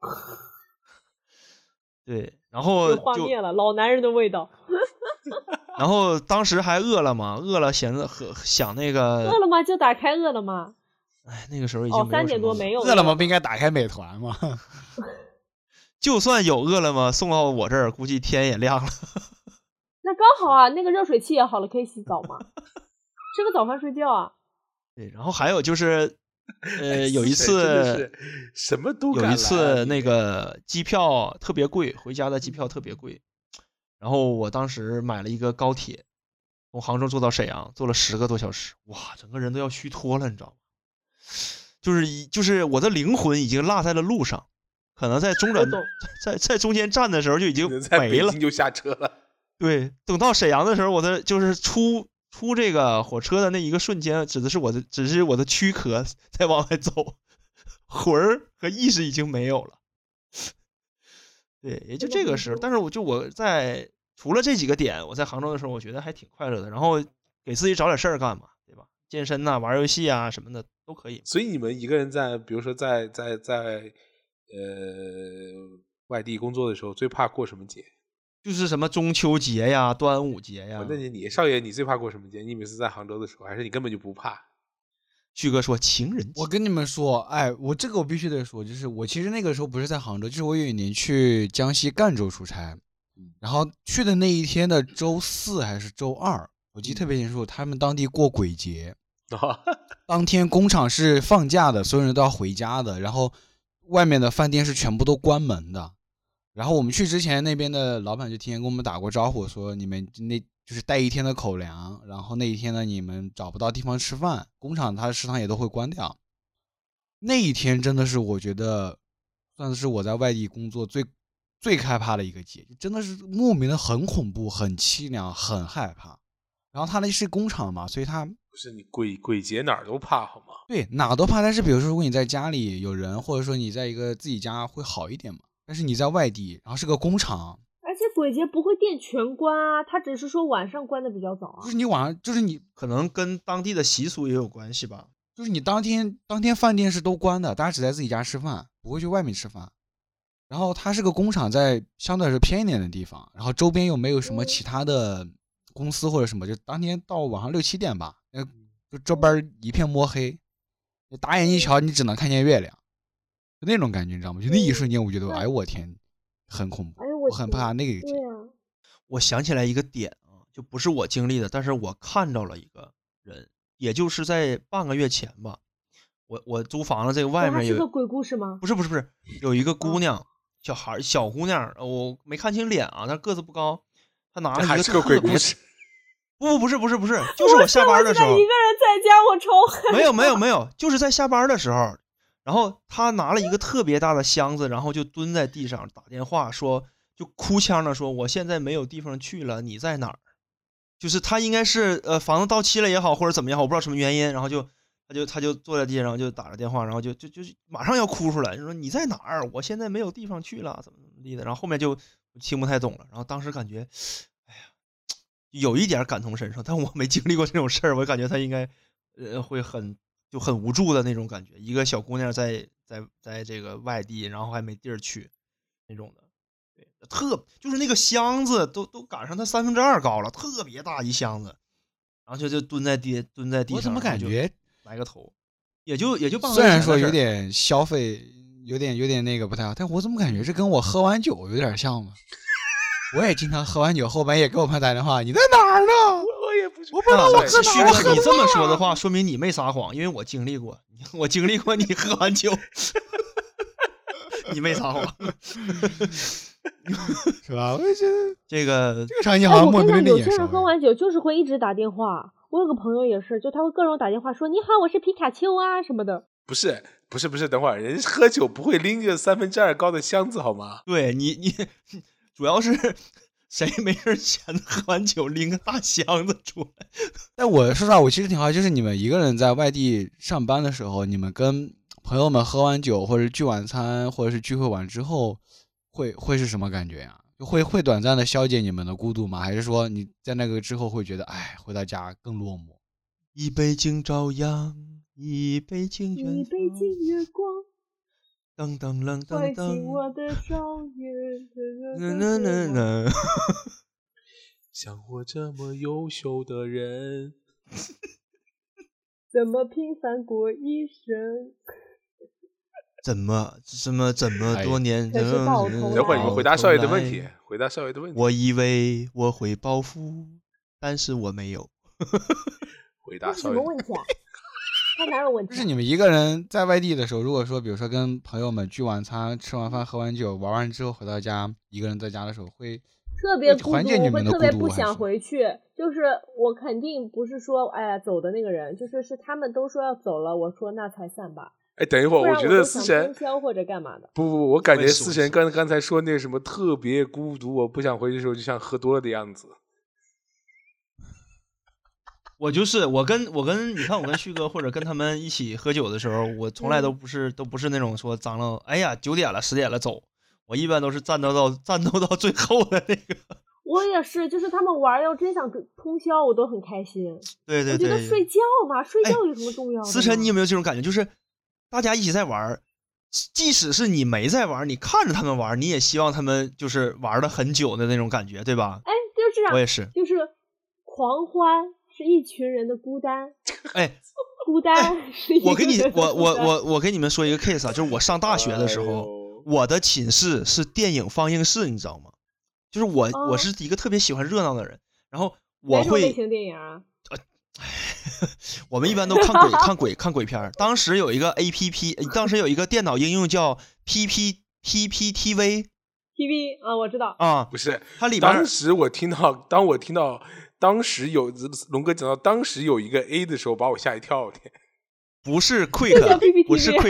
对，然后有画面了，老男人的味道。 然后当时还饿了嘛，饿了想那个。 饿了吗？就打开饿了吗？ 哎，那个时候已经没有 3点多没有。 饿了吗？不应该打开美团吗？ 就算有饿了么送到我这儿，估计天也亮了。 那刚好啊，那个热水器也好了，可以洗澡嘛，吃个早饭睡觉啊。 对，然后还有就是，有一次什么都敢来。 有一次那个机票特别贵，回家的机票特别贵，然后我当时买了一个高铁，从杭州坐到沈阳，坐了10个多小时，哇，整个人都要虚脱了，你知道吗？就是我的灵魂已经落在了路上，可能在在中间站的时候就已经没了， 就下车了。 对，等到沈阳的时候，我的就是出这个火车的那一个瞬间，只是我的躯壳在往外走，魂儿和意识已经没有了。对，也就这个时候，但是我在除了这几个点，我在杭州的时候，我觉得还挺快乐的。然后给自己找点事儿干嘛，对吧？健身呐、玩游戏啊什么的都可以。 所以你们一个人在，比如说在外地工作的时候，最怕过什么节？ 就是什么中秋节呀、端午节呀。 那你少爷，你最怕过什么节？你每次在杭州的时候，还是你根本就不怕？ 旭哥说情人节。 我跟你们说，哎，我必须得说，就是我其实那个时候不是在杭州，就是我有一年去江西赣州出差，然后去的那一天的周4还是周2，我记得特别清楚，他们当地过鬼节，当天工厂是放假的，所有人都要回家的，然后外面的饭店是全部都关门的。然后我们去之前，那边的老板就提前跟我们打过招呼，说你们就是带1天的口粮，然后那一天呢你们找不到地方吃饭，工厂它的食堂也都会关掉。那一天真的是我觉得算是我在外地工作最害怕的一个节，真的是莫名的很恐怖、很凄凉、很害怕。然后它那是工厂嘛，所以它不是你鬼节哪儿都怕好吗？ 对，哪都怕。但是比如说如果你在家里有人，或者说你在一个自己家会好一点嘛。但是你在外地，然后是个工厂， 而且鬼节不会店全关啊，他只是说晚上关的比较早啊。 就是你晚上，就是你可能跟当地的习俗也有关系吧。 就是你当天饭店是都关的，大家只在自己家吃饭，不会去外面吃饭。然后它是个工厂，在相对来说偏一点的地方，然后周边又没有什么其他的公司或者什么，就当天到晚上6、7点吧，就这边一片摸黑。 打眼一瞧，你只能看见月亮，就那种感觉，你知道吗？就那一瞬间，我觉得，哎呦我天，很恐怖，我很怕那个。 对啊， 我想起来一个点啊，就不是我经历的，但是我看到了一个人，也就是在半个月前吧。我租房子这个外面有是个鬼故事吗？ 不是，有一个姑娘，小姑娘，我没看清脸啊，但个子不高，她拿了一个还是个鬼故事。 不是，就是我下班的时候， 一个人在家，我抽。 没有，就是在下班的时候，然后她拿了一个特别大的箱子，然后就蹲在地上打电话说，就哭腔的说，我现在没有地方去了，你在哪儿？就是她应该是房子到期了也好，或者怎么样，我不知道什么原因，然后他就坐在地上就打了电话，然后就马上要哭出来，就说你在哪儿？我现在没有地方去了，怎么地的。然后后面就听不太懂了。然后当时感觉，哎呀，有一点感同身受，但我没经历过这种事儿，我感觉他应该会很无助的那种感觉。一个小姑娘在这个外地，然后还没地儿去那种的。对，就是那个箱子都赶上它2/3高了，特别大一箱子，然后就蹲在地上。 我怎么感觉？ 来个头，也就半个。 虽然说有点消费，有点那个不太好，但我怎么感觉这跟我喝完酒有点像呢？我也经常喝完酒后半夜给我朋友打电话，你在哪儿呢？ 我也不知道， 我不知道我喝哪儿。 旭哥，你这么说的话，说明你没撒谎，因为我经历过，你喝完酒，你没撒谎， 是吧？我觉得这个场景好像莫名的有些人喝完酒就是会一直打电话。我有个朋友也是，就他会各种打电话说你好，我是皮卡丘啊什么的。 不是，等会儿人喝酒不会拎着2/3高的箱子好吗？ 对你主要是谁没事闲的喝完酒拎个大箱子出来。 但我说实话，我其实挺好奇，就是你们一个人在外地上班的时候，你们跟朋友们喝完酒或者聚晚餐或者是聚会完之后，会是什么感觉呀？会短暂的消解你们的孤独吗？还是说你在那个之后会觉得，哎，回到家更落寞？ 一杯敬朝阳，一杯敬远方， 一杯敬月光， 噔噔噔噔唤醒我的少年。 像我这么优秀的人， 怎么平凡过一生？ 怎么多年？ 等会儿你们回答少爷的问题。 我以为我会暴富，但是我没有。 回答少爷什么问题啊？他哪有问题？ 就是你们一个人在外地的时候，如果说比如说跟朋友们聚晚餐、吃完饭、喝完酒、玩完之后回到家，一个人在家的时候会特别孤独， 缓解你们的孤独， 会特别不想回去。就是我肯定不是说哎呀走的那个人，是他们都说要走了，我说那才散吧。 哎，等一会儿，我觉得思辰通宵或者干嘛的。 不，我感觉思辰刚才说那个什么特别孤独，我不想回去的时候，就像喝多了的样子。 我跟你看，我跟旭哥或者跟他们一起喝酒的时候，我从来都不是那种说张罗，哎呀9点了10点了走，我一般都是战斗到最后的那个。 我也是，就是他们玩要真想通宵，我都很开心。 对， 我觉得睡觉嘛，睡觉有什么重要的？ 思辰，你有没有这种感觉？就是大家一起在玩，即使是你没在玩，你看着他们玩，你也希望他们就是玩了很久的那种感觉，对吧？ 哎，就是啊， 我也是， 就是狂欢是一群人的孤单， 哎， 孤单是一群人的孤单。 我给你们说一个 case 啊，就是我上大学的时候，我的寝室是电影放映室，你知道吗？就是我是一个特别喜欢热闹的人，然后我会类型电影啊。 我们一般都看鬼片。当时有一个 APP， 当时有一个电脑应用叫 PPTV 啊，我知道啊，不是它里边。 当时我听到，当时有龙哥讲到当时有一个 A 的时候，把我吓一跳。 不是 Quick， 不是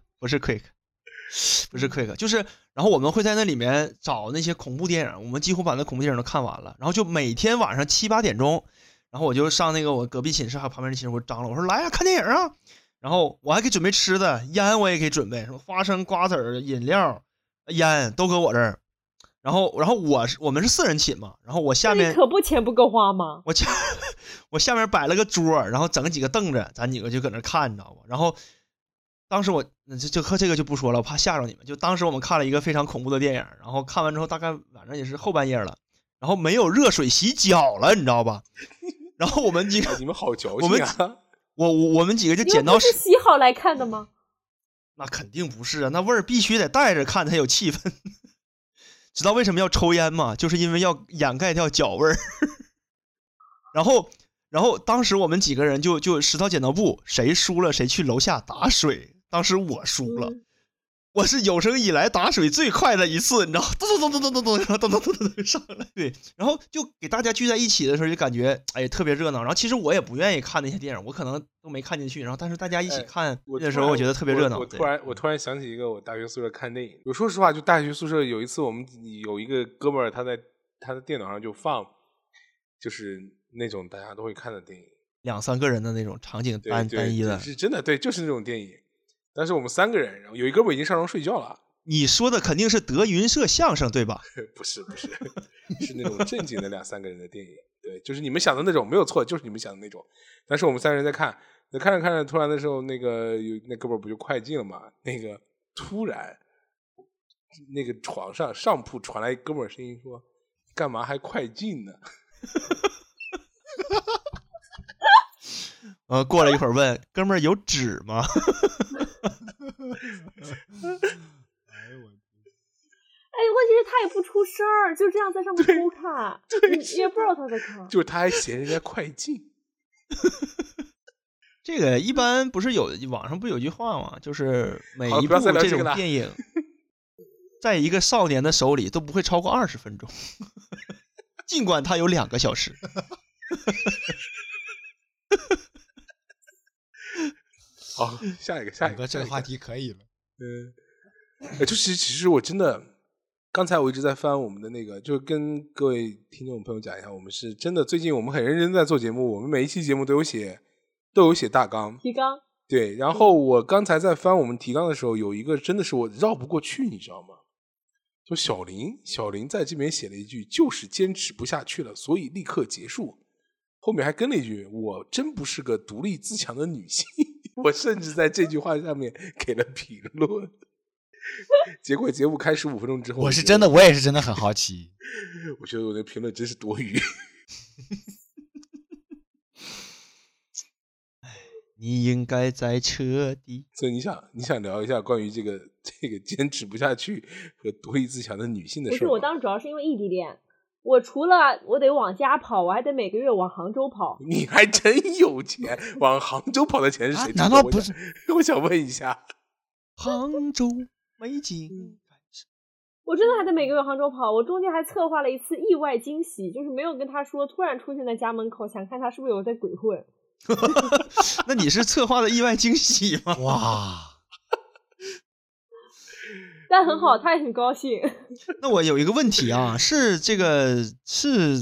Quick， 就是，然后我们会在那里面找那些恐怖电影，我们几乎把那恐怖电影都看完了，然后就每天晚上7、8点钟。然后我就上那个我隔壁寝室还有旁边的寝室，我张罗，我说来呀，看电影啊！然后我还给准备吃的，烟我也给准备，什么花生、瓜子儿、饮料、烟都搁我这儿。然后我们是4人寝嘛，然后我下面可不钱不够花吗？ 我下面摆了个桌，然后整几个凳子，咱几个就搁那看，你知道吗？然后当时我就和这个就不说了，我怕吓着你们。就当时我们看了一个非常恐怖的电影，然后看完之后大概晚上也是后半夜了，然后没有热水洗脚了，你知道吧？然后我们几个， 你们好矫情啊！ 我们几个就捡到你们不是洗好来看的吗？ 那肯定不是啊，那味儿必须得带着看才有气氛。知道为什么要抽烟吗？就是因为要掩盖掉脚味儿。然后当时我们几个人就石头剪刀布，谁输了谁去楼下打水。当时我输了，我是有生以来打水最快的一次，你知道，咚咚咚咚咚咚咚咚咚咚咚上来，对，然后就给大家聚在一起的时候，就感觉哎特别热闹。然后其实我也不愿意看那些电影，我可能都没看进去。然后但是大家一起看的时候，我觉得特别热闹。 我突然想起一个我大学宿舍看电影。我说实话，就大学宿舍有一次，我们有一个哥们儿，他在他的电脑上就放，就是那种大家都会看的电影 ，2-3个人的那种场景单一的， 是真的，对，就是那种电影。但是我们3个人，然后有一哥们儿已经上床睡觉了。 你说的肯定是德云社相声对吧？ 不是，是那种正经的2-3个人的电影。对，就是你们想的那种，没有错，就是你们想的那种。但是我们3人在看，看着，突然的时候，那哥们儿不就快进了嘛？那个突然，那个床上铺传来哥们儿声音说：“干嘛还快进呢？” 过了一会儿问哥们儿有纸吗？ 问题是他也不出声儿，就这样在上面偷看，你也不知道他在看。 就是他还嫌人家快进。 这个一般不是网上不有句话吗？就是每一部这种电影，在一个少年的手里都不会超过20分钟，尽管他有2个小时。 好，下一个， 这个话题可以了。 就是其实我真的，刚才我一直在翻我们的那个，就跟各位听众朋友讲一下，我们是真的最近我们很认真在做节目，我们每一期节目都有写大纲、 提纲。 对，然后我刚才在翻我们提纲的时候，有一个真的是我绕不过去，你知道吗？就小林在这边写了一句，就是坚持不下去了，所以立刻结束。后面还跟了一句，我真不是个独立自强的女性。我甚至在这句话下面给了评论。结果节目开始5分钟之后， 我也是真的很好奇。 我觉得我的评论真是多余。 你应该在车底。 所以你想聊一下关于这个坚持不下去和独立自强的女性的事吗？ 不是，我当时主要是因为异地恋，我除了我得往家跑，我还得每个月往杭州跑。 你还真有钱，往杭州跑的钱是谁？ 难道不是？ 我想问一下， 杭州美景。 我真的还得每个月杭州跑，我中间还策划了一次意外惊喜，就是没有跟他说，突然出现在家门口，想看他是不是有在鬼混。 那你是策划的意外惊喜吗？ 哇！ 但很好，他也很高兴。 那我有一个问题啊，是这个是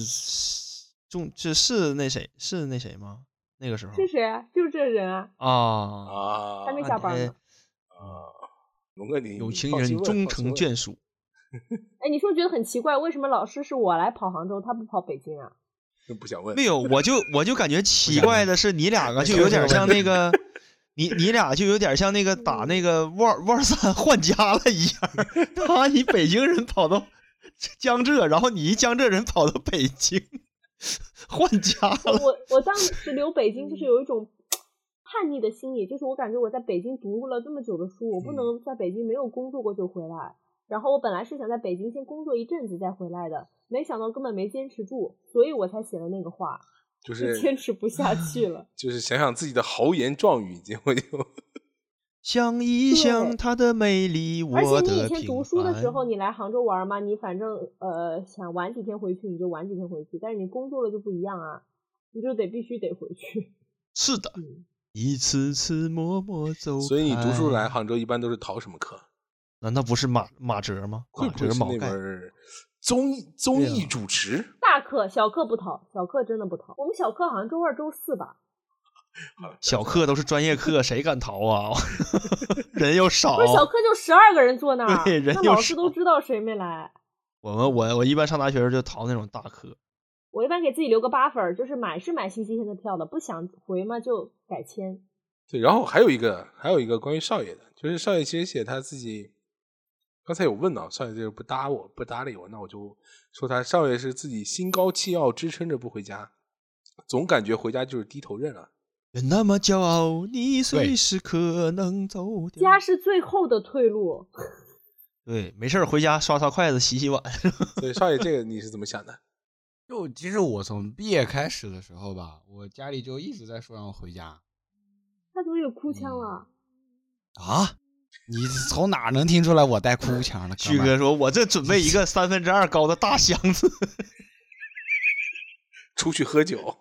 那谁吗？那个时候是谁啊？就是这人啊！ 啊， 还没下班呢。 龙哥，你有情人终成眷属。 哎，你说觉得很奇怪，为什么老师是我来跑杭州，他不跑北京啊？ 不想问。 没有，我就感觉奇怪的是，你2个就有点像那个，你俩就有点像那个打那个腕3换家了一样。你北京人跑到江浙，然后你一江浙人跑到北京，换家了。 我当时留北京就是有一种叛逆的心理，就是我感觉我在北京读了这么久的书，我不能在北京没有工作过就回来。然后我本来是想在北京先工作一阵子再回来的，没想到根本没坚持住，所以我才写了那个话， 就是坚持不下去了。 就是想想自己的豪言壮语，结果就想一想她的美丽，我的平凡。 而且你以前读书的时候，你来杭州玩嘛，你反正想晚几天回去你就晚几天回去，但是你工作了就不一样啊，你就必须得回去。 是的，一次次默默走开。 所以你读书来杭州一般都是逃什么课？ 难道不是马哲吗？ 会不会是那门综艺主持？ 大课小课不逃，小课真的不逃。我们小课好像周2周4吧。 小课都是专业课，谁敢逃啊？人又少。 不是小课就12个人坐那儿， 对，人又少， 那老师都知道谁没来。 我一般上大学时就逃那种大课。 我一般给自己留个8分，就是买星期天的票的，不想回嘛就改签。 对，然后还有一个关于少爷的，就是少爷其实写他自己。刚才有问到少爷这个不搭理我，那我就说他少爷是自己心高气傲支撑着不回家，总感觉回家就是低头认了。 人那么骄傲，你随时可能走掉。 家是最后的退路。 对，没事回家刷刷筷子，洗洗碗。 所以少爷，这个你是怎么想的？ 就其实我从毕业开始的时候吧，我家里就一直在说让我回家。 他怎么有哭腔了？ 啊？你从哪能听出来我带哭腔了？ 旭哥说：“我这准备一个2/3高的大箱子， 出去喝酒。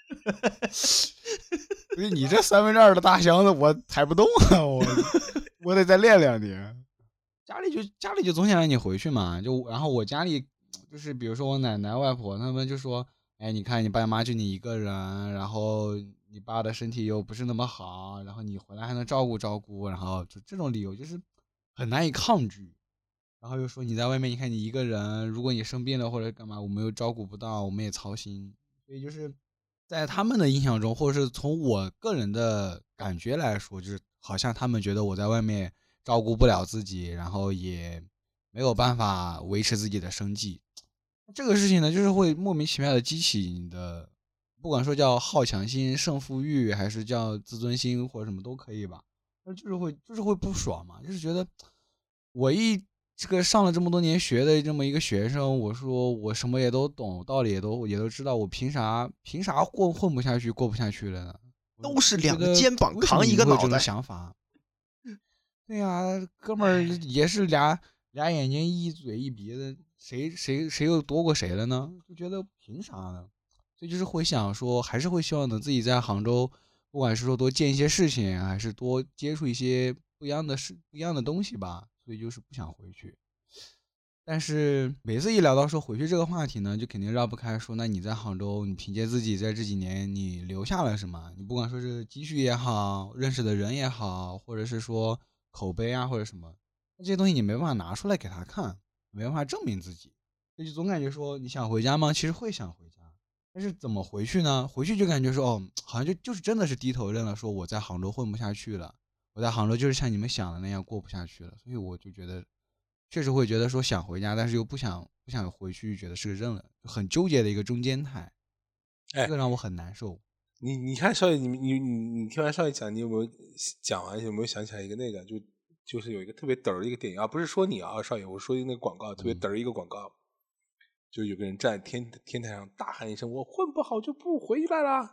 不是你这2/3的大箱子，我抬不动啊！我得再练2年。家里就总想让你回去嘛，然后我家里就是比如说我奶奶外婆他们就说，哎，你看你爸妈就你一个人，然后你爸的身体又不是那么好，然后你回来还能照顾照顾，然后就这种理由就是很难以抗拒。然后又说你在外面，你看你一个人，如果你生病了或者干嘛，我们又照顾不到，我们也操心。所以就是在他们的印象中，或者是从我个人的感觉来说，就是好像他们觉得我在外面照顾不了自己，然后也没有办法维持自己的生计。这个事情呢，就是会莫名其妙的激起你的，不管说叫好强心、胜负欲，还是叫自尊心或者什么都可以吧。就是会不爽嘛，就是觉得我这个上了这么多年学的这么一个学生，我说我什么也都懂，道理也都知道，我凭啥混不下去，过不下去了呢？ 都是2个肩膀扛一个脑袋。 想法。对呀，哥们儿也是俩眼睛一嘴一鼻子，谁又多过谁了呢？就觉得凭啥呢？所以就是会想说，还是会希望能自己在杭州，不管是说多见一些事情，还是多接触一些不一样的东西吧。所以就是不想回去。但是每次一聊到说回去这个话题呢，就肯定绕不开说，那你在杭州，你凭借自己在这几年你留下了什么？你不管说是积蓄也好，认识的人也好，或者是说口碑啊或者什么，这些东西你没办法拿出来给他看，没办法证明自己，所以就总感觉说你想回家吗？其实会想回家，但是怎么回去呢？回去就感觉说哦，好像就是真的是低头认了，说我在杭州混不下去了，我在杭州就是像你们想的那样过不下去了，所以我就觉得确实会觉得说想回家，但是又不想回去，觉得是个认了，很纠结的一个中间态，这个让我很难受。 你看少爷，你听完少爷讲，你有没有讲完有没有想起来一个那个就是有一个特别嘚儿的一个电影啊，不是说你啊少爷，我说的那个广告特别嘚儿一个广告，就有个人站在天台上大喊一声：“我混不好就不回来了。”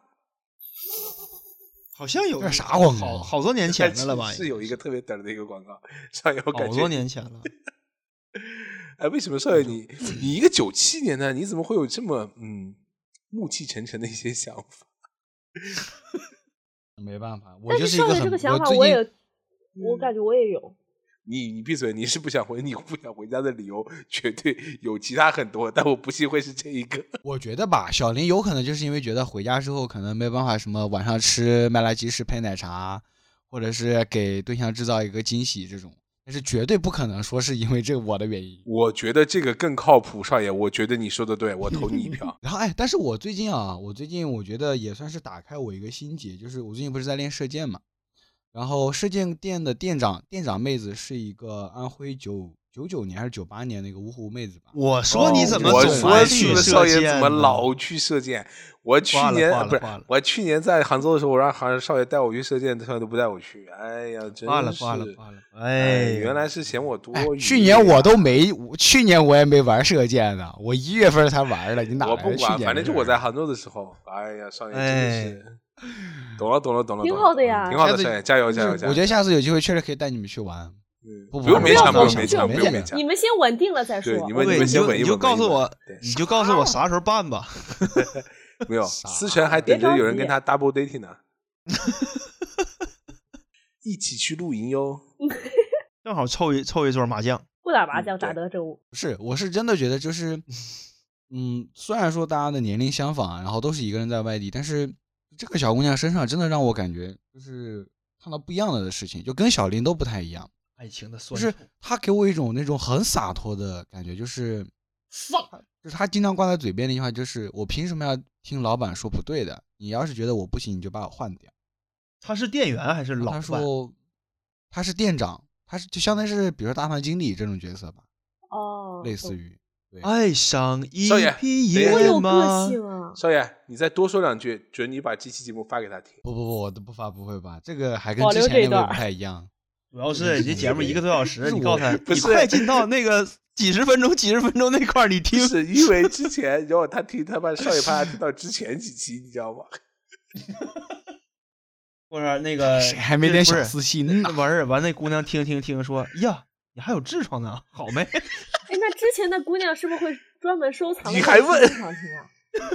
好像有这啥广告？ 好多年前的了吧？ 是有一个特别嘚儿的一个广告，少爷我感觉好多年前了。 哎，为什么少爷你一个97年的，你怎么会有这么暮气沉沉的一些想法？ 没办法，我但就是是一个这个想法，我感觉我也有。 你闭嘴！你是不想回，你不想回家的理由绝对有其他很多，但我不信会是这一个。 我觉得吧，小林有可能就是因为觉得回家之后可能没办法什么晚上吃麦辣鸡翅配奶茶，或者是给对象制造一个惊喜这种，但是绝对不可能说是因为这我的原因。 我觉得这个更靠谱，少爷，我觉得你说的对，我投你一票。 然后但是我最近我觉得也算是打开我一个心结，就是我最近不是在练射箭嘛。然后射箭店的店长妹子是一个安徽99年还是98年那个芜湖妹子吧？ 我说你怎么我总爱说去少爷怎么射箭呢？ 老去射箭？我去年不是我去年在杭州的时候，我让少爷带我去射箭，少爷都不带我去。哎呀，真是挂了。哎， 原来是嫌我多余。 去年我也没玩射箭呢，我1月份才玩的。你哪来的去年？ 我不管，反正就我在杭州的时候。哎呀，少爷真的是。懂了， 挺好的呀， 挺好的，少爷，加油！ 我觉得下次有机会确实可以带你们去玩。 不用勉强，不用勉强。 你们先稳定了再说。 你们先稳一稳。 你就告诉我啥时候办吧。 没有，思辰还等着有人跟他 double dating 呢。一起去露营哟。 正好凑一桌麻将。 不打麻将咋得这不是，我是真的觉得就是。虽然说大家的年龄相仿，然后都是一个人在外地，但是这个小姑娘身上真的让我感觉就是看到不一样的事情，就跟小林都不太一样。 爱情的酸， 就是她给我一种那种很洒脱的感觉，就是她经常挂在嘴边的一句话，就是我凭什么要听老板说不对的？你要是觉得我不行，你就把我换掉。 他是店员还是老板？ 他说他是店长，他是就相当于是比如说大堂经理这种角色吧。 哦， 类似于。 爱上一少爷匹等一下多有个野马。 性啊！ 少爷，你再多说两句，准你把这期节目发给他听。 不，我都不发，不会吧？这个还跟保之留这一段前那个不太一样。 主要是你这节目1个多小时，你告诉他，你不是快进到那个几十分钟那块儿，你听。 是因为之前，然后他听他把少爷怕他听到之前几期，你知道吗？ 或者那个谁还没点小不是私心呢？ 完那姑娘听说呀，你还有痔疮呢，好没？ 哎，那之前的姑娘是不是会专门收藏？ 你还问经常听啊？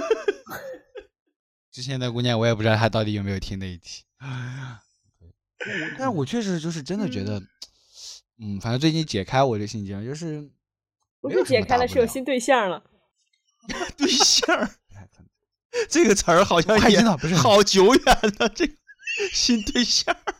之前的姑娘我也不知道她到底有没有听那一期。但是我确实就是真的觉得，反正最近解开我这心结，就是不是解开了，是有新对象了。 对象儿这个词儿好像也我还知道不是好久远了，这个新对象儿。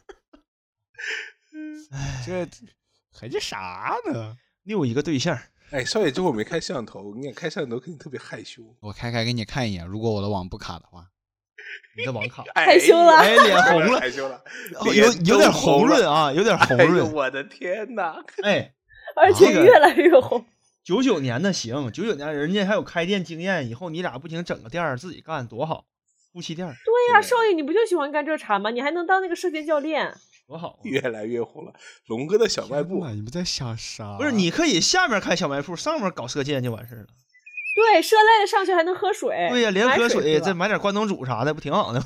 这还是啥呢？ 你有一个对象儿， 哎，少爷这会儿没开摄像头，你看开摄像头肯定特别害羞。 我开给你看一眼，如果我的网不卡的话， 你的网卡害羞了哎，脸红了， 害羞了， 有点红润啊，有点红哎呦， 润。 我的天哪！ 哎， 而且这个越来越红。 99年的行，99年人家还有开店经验，以后你俩不行整个店儿自己干多好，夫妻店儿对呀、少爷，你不就喜欢干这茬吗？你还能当那个射箭教练？ 多好啊！ 越来越红了，龙哥的小卖部天哪，你们在想啥？ 不是，你可以下面开小卖铺，上面搞射箭就完事儿了。 对，射累了上去还能喝水。 对呀、连喝买水水， 是吧再买点关东煮啥的，不挺好的吗？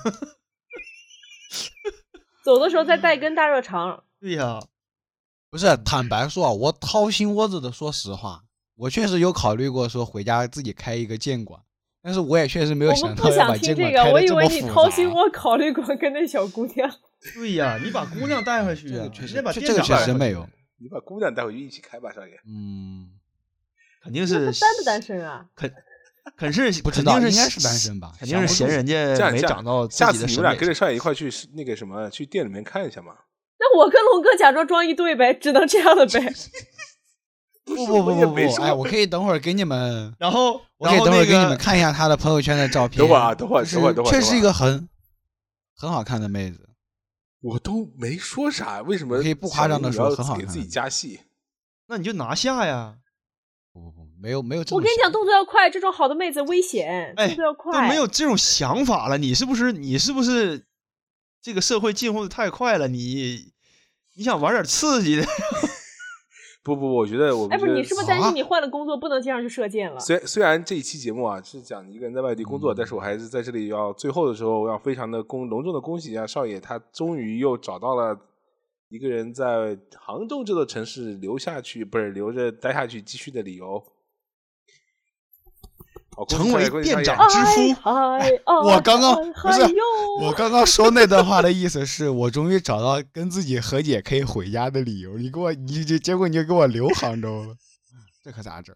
走的时候再带根大热肠。 对呀、 不是，坦白说啊，我掏心窝子的说实话，我确实有考虑过说回家自己开一个剑馆，但是我也确实没有我们想到要不想听把剑馆这个，我以开的这么为你复掏心杂。 窝考虑过跟那小姑娘。 对呀、你把姑娘带回去啊这个，确实你得把这这个店长带回去确实没有。 你把姑娘带回去一起开吧，少爷。 肯定那是他单不单身啊？ 肯是不知道， 肯定应该是单身吧？ 肯定是嫌人家没这样这样长到自下次你们俩己的审美跟着少爷一块去那个什么，去店里面看一下嘛。 那我跟龙哥假装装一对呗，只能这样的呗。 我也没不， 说哎，我可以等会儿给你们， 然后我可以等会儿那个给你们看一下她的朋友圈的照片。 等会儿啊等会儿就是等会儿等会儿确实一个很好看的妹子。 我都没说啥，为什么我可以不夸张地说小姨很好看你要给自己加戏？ 那你就拿下呀， 不，没有这种。 我跟你讲，动作要快，这种好的妹子危险， 哎动作要都快。 没有这种想法了，你是不是这个社会进步的太快了？你想玩点刺激的？ 不，我觉得我哎，不是， 们觉得你是不是担心你换了工作不能经常去射箭了？ 虽然这一期节目啊是讲一个人在外地工作，但是我还是在这里要最后的时候要非常的隆重的恭喜一下少爷，他终于又找到了一个人在杭州这座城市留着待下去继续的理由。好，恭喜成为少爷恭喜少爷店长之夫我刚刚不是哎呦我刚刚说那段话的意思是我终于找到跟自己和解可以回家的理由，结果你就给我留杭州了，这可咋整？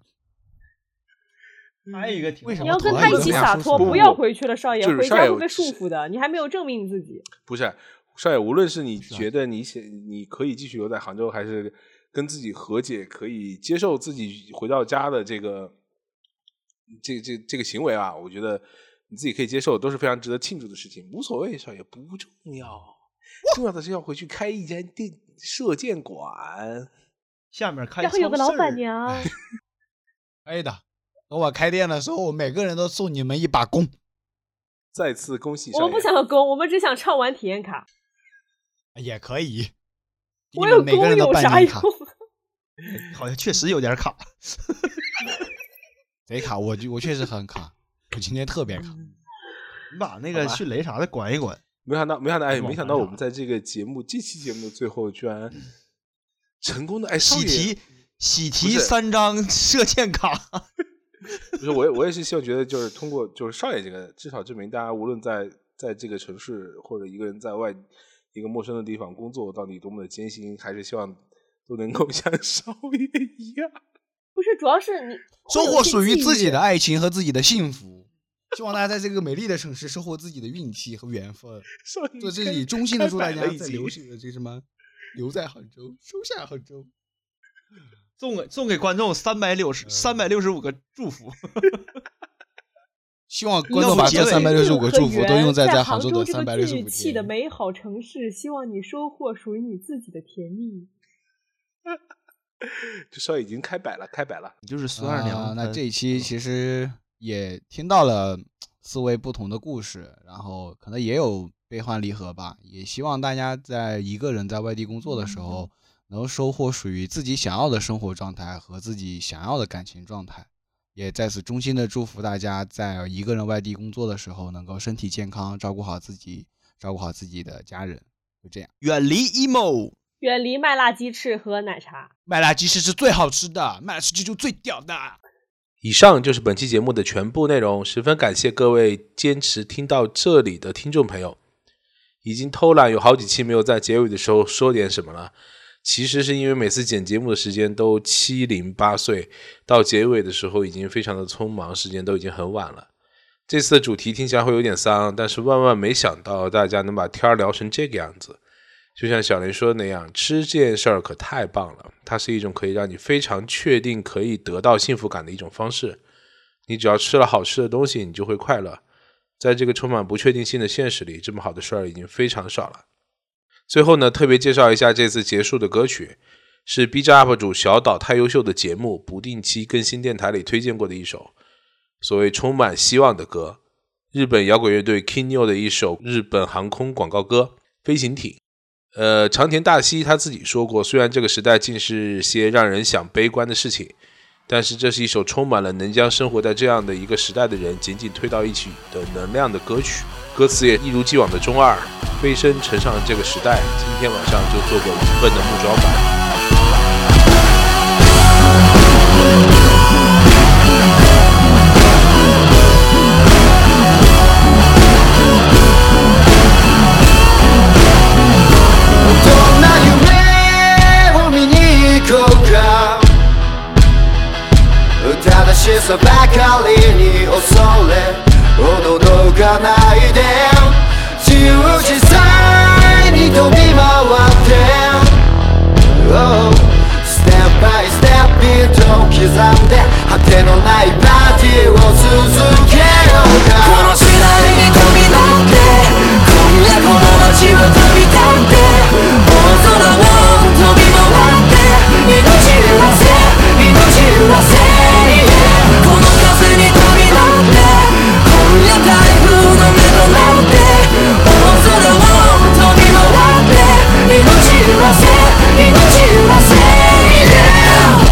还有一个挺为什你么突然要跟他一起有这样说洒脱， 不不要回去了，少爷，回就是少爷家会被束缚的。你还没有证明你自己。 不是少爷，无论是你觉得你可以继续留在杭州，还是跟自己和解，可以接受自己回到家的这个行为啊，我觉得你自己可以接受，都是非常值得庆祝的事情，无所谓，少爷不重要，重要的是要回去开一家射箭馆。 下面开然后有个老板超市娘， 可以的。等我开店的时候，我每个人都送你们一把弓。 再次恭喜少爷！ 我们不想要攻，我们只想畅玩体验卡。 也可以。 我有每个人都弓有啥用办张卡，？ 好像确实有点卡。 贼卡，我确实很卡，我今天特别卡。 你把那个迅雷啥的管一管。 没想到，哎， 往没想到我上们在这期节目的最后，居然成功的少爷喜提不是 3张射箭卡。 不是我也是希望觉得就是通过就是少爷这个，至少证明大家无论在这个城市或者一个人在外一个陌生的地方工作到底多么的艰辛，还是希望都能够像少爷一样。 不是，主要是你收获属于自己的的。 爱情和自己的幸福。希望大家在这个美丽的城市收获自己的运气和缘分。 少爷在这里衷心的祝大家已经在留在杭州，收下杭州。 送给观众365个祝福。 希望观众把这365个祝福都用在杭州的这个 365 聚气的天。 美好城市，希望你收获属于你自己的甜蜜。 就说已经开摆了。 你就是苏二娘。 那这一期其实也听到了4位不同的故事，然后可能也有悲欢离合吧。也希望大家在一个人在外地工作的时候，能收获属于自己想要的生活状态和自己想要的感情状态。也在此衷心的祝福大家在一个人外地工作的时候能够身体健康，照顾好自己，照顾好自己的家人。就这样， 远离 emo， 远离麦辣鸡翅和奶茶。 麦辣鸡翅是最好吃的，麦辣鸡翅就最屌的。 以上就是本期节目的全部内容，十分感谢各位坚持听到这里的听众朋友。已经偷懒有好几期没有在结尾的时候说点什么了，其实是因为每次剪节目的时间都708岁，到结尾的时候已经非常的匆忙，时间都已经很晚了。这次的主题听起来会有点丧，但是万万没想到大家能把天聊成这个样子。就像小林说的那样，吃这件事儿可太棒了，它是一种可以让你非常确定可以得到幸福感的一种方式。你只要吃了好吃的东西，你就会快乐。在这个充满不确定性的现实里，这么好的事儿已经非常少了。最后呢，特别介绍一下这次结束的歌曲，是 B 站 UP 主小岛太优秀的节目不定期更新电台里推荐过的一首所谓充满希望的歌，日本摇滚乐队 Kinyo 的一首日本航空广告歌飞行艇。长田大希他自己说过，虽然这个时代尽是些让人想悲观的事情，但是这是一首充满了能将生活在这样的一个时代的人紧紧推到一起的能量的歌曲。歌词也一如既往的中二，飞身乘上这个时代，今天晚上就做个愚笨的木桩板。 正しさばかりに恐れおののかないで自由自在に飛び回って、oh、ステップバイステップビートを刻んで果てのないパーティーを続けようか。この時代に飛び乗って今夜この街を飛び立って大空を飛び回って命揺らせ命揺らせこの風に飛び乗って今夜台風の目となって大空を飛び回って命揺らせ命揺らせ、yeah!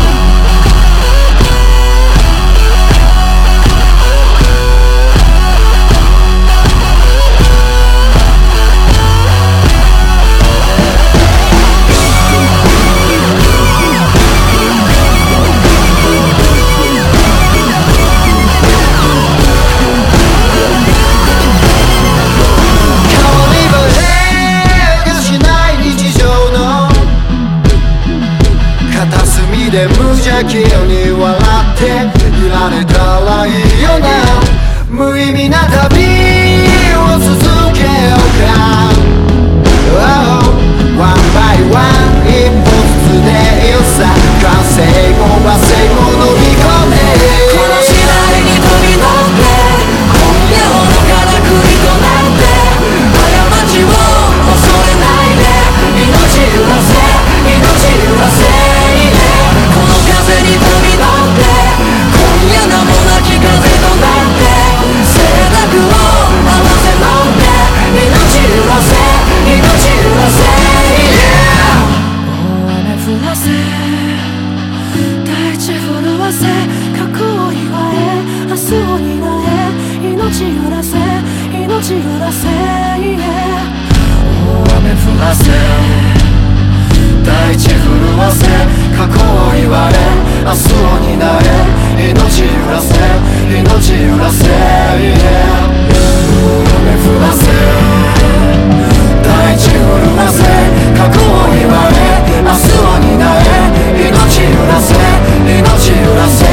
で無邪気に笑っていられたらいいよな。無意味な旅を続けようか、oh、ワンバイワン一歩ずつでいいよさ。完成も和成も乗り込めこの時代に飛び乗って今夜愚かな国となって過ちを恐れないで命揺らせ命揺らせ風に飛び乗って今夜名もなき風となって静寂を合わせ飲んで命揺らせ命揺らせ、yeah! 大雨降らせ大地震わせ過去を祝え明日を担え命揺らせ命揺らせ、yeah! 大雨降らせ大地震わせ過去を言われ明日を担え命揺らせ命揺らせ、yeah、雨降らせ大地震わせ過去を言われ明日を担え命揺らせ命揺らせ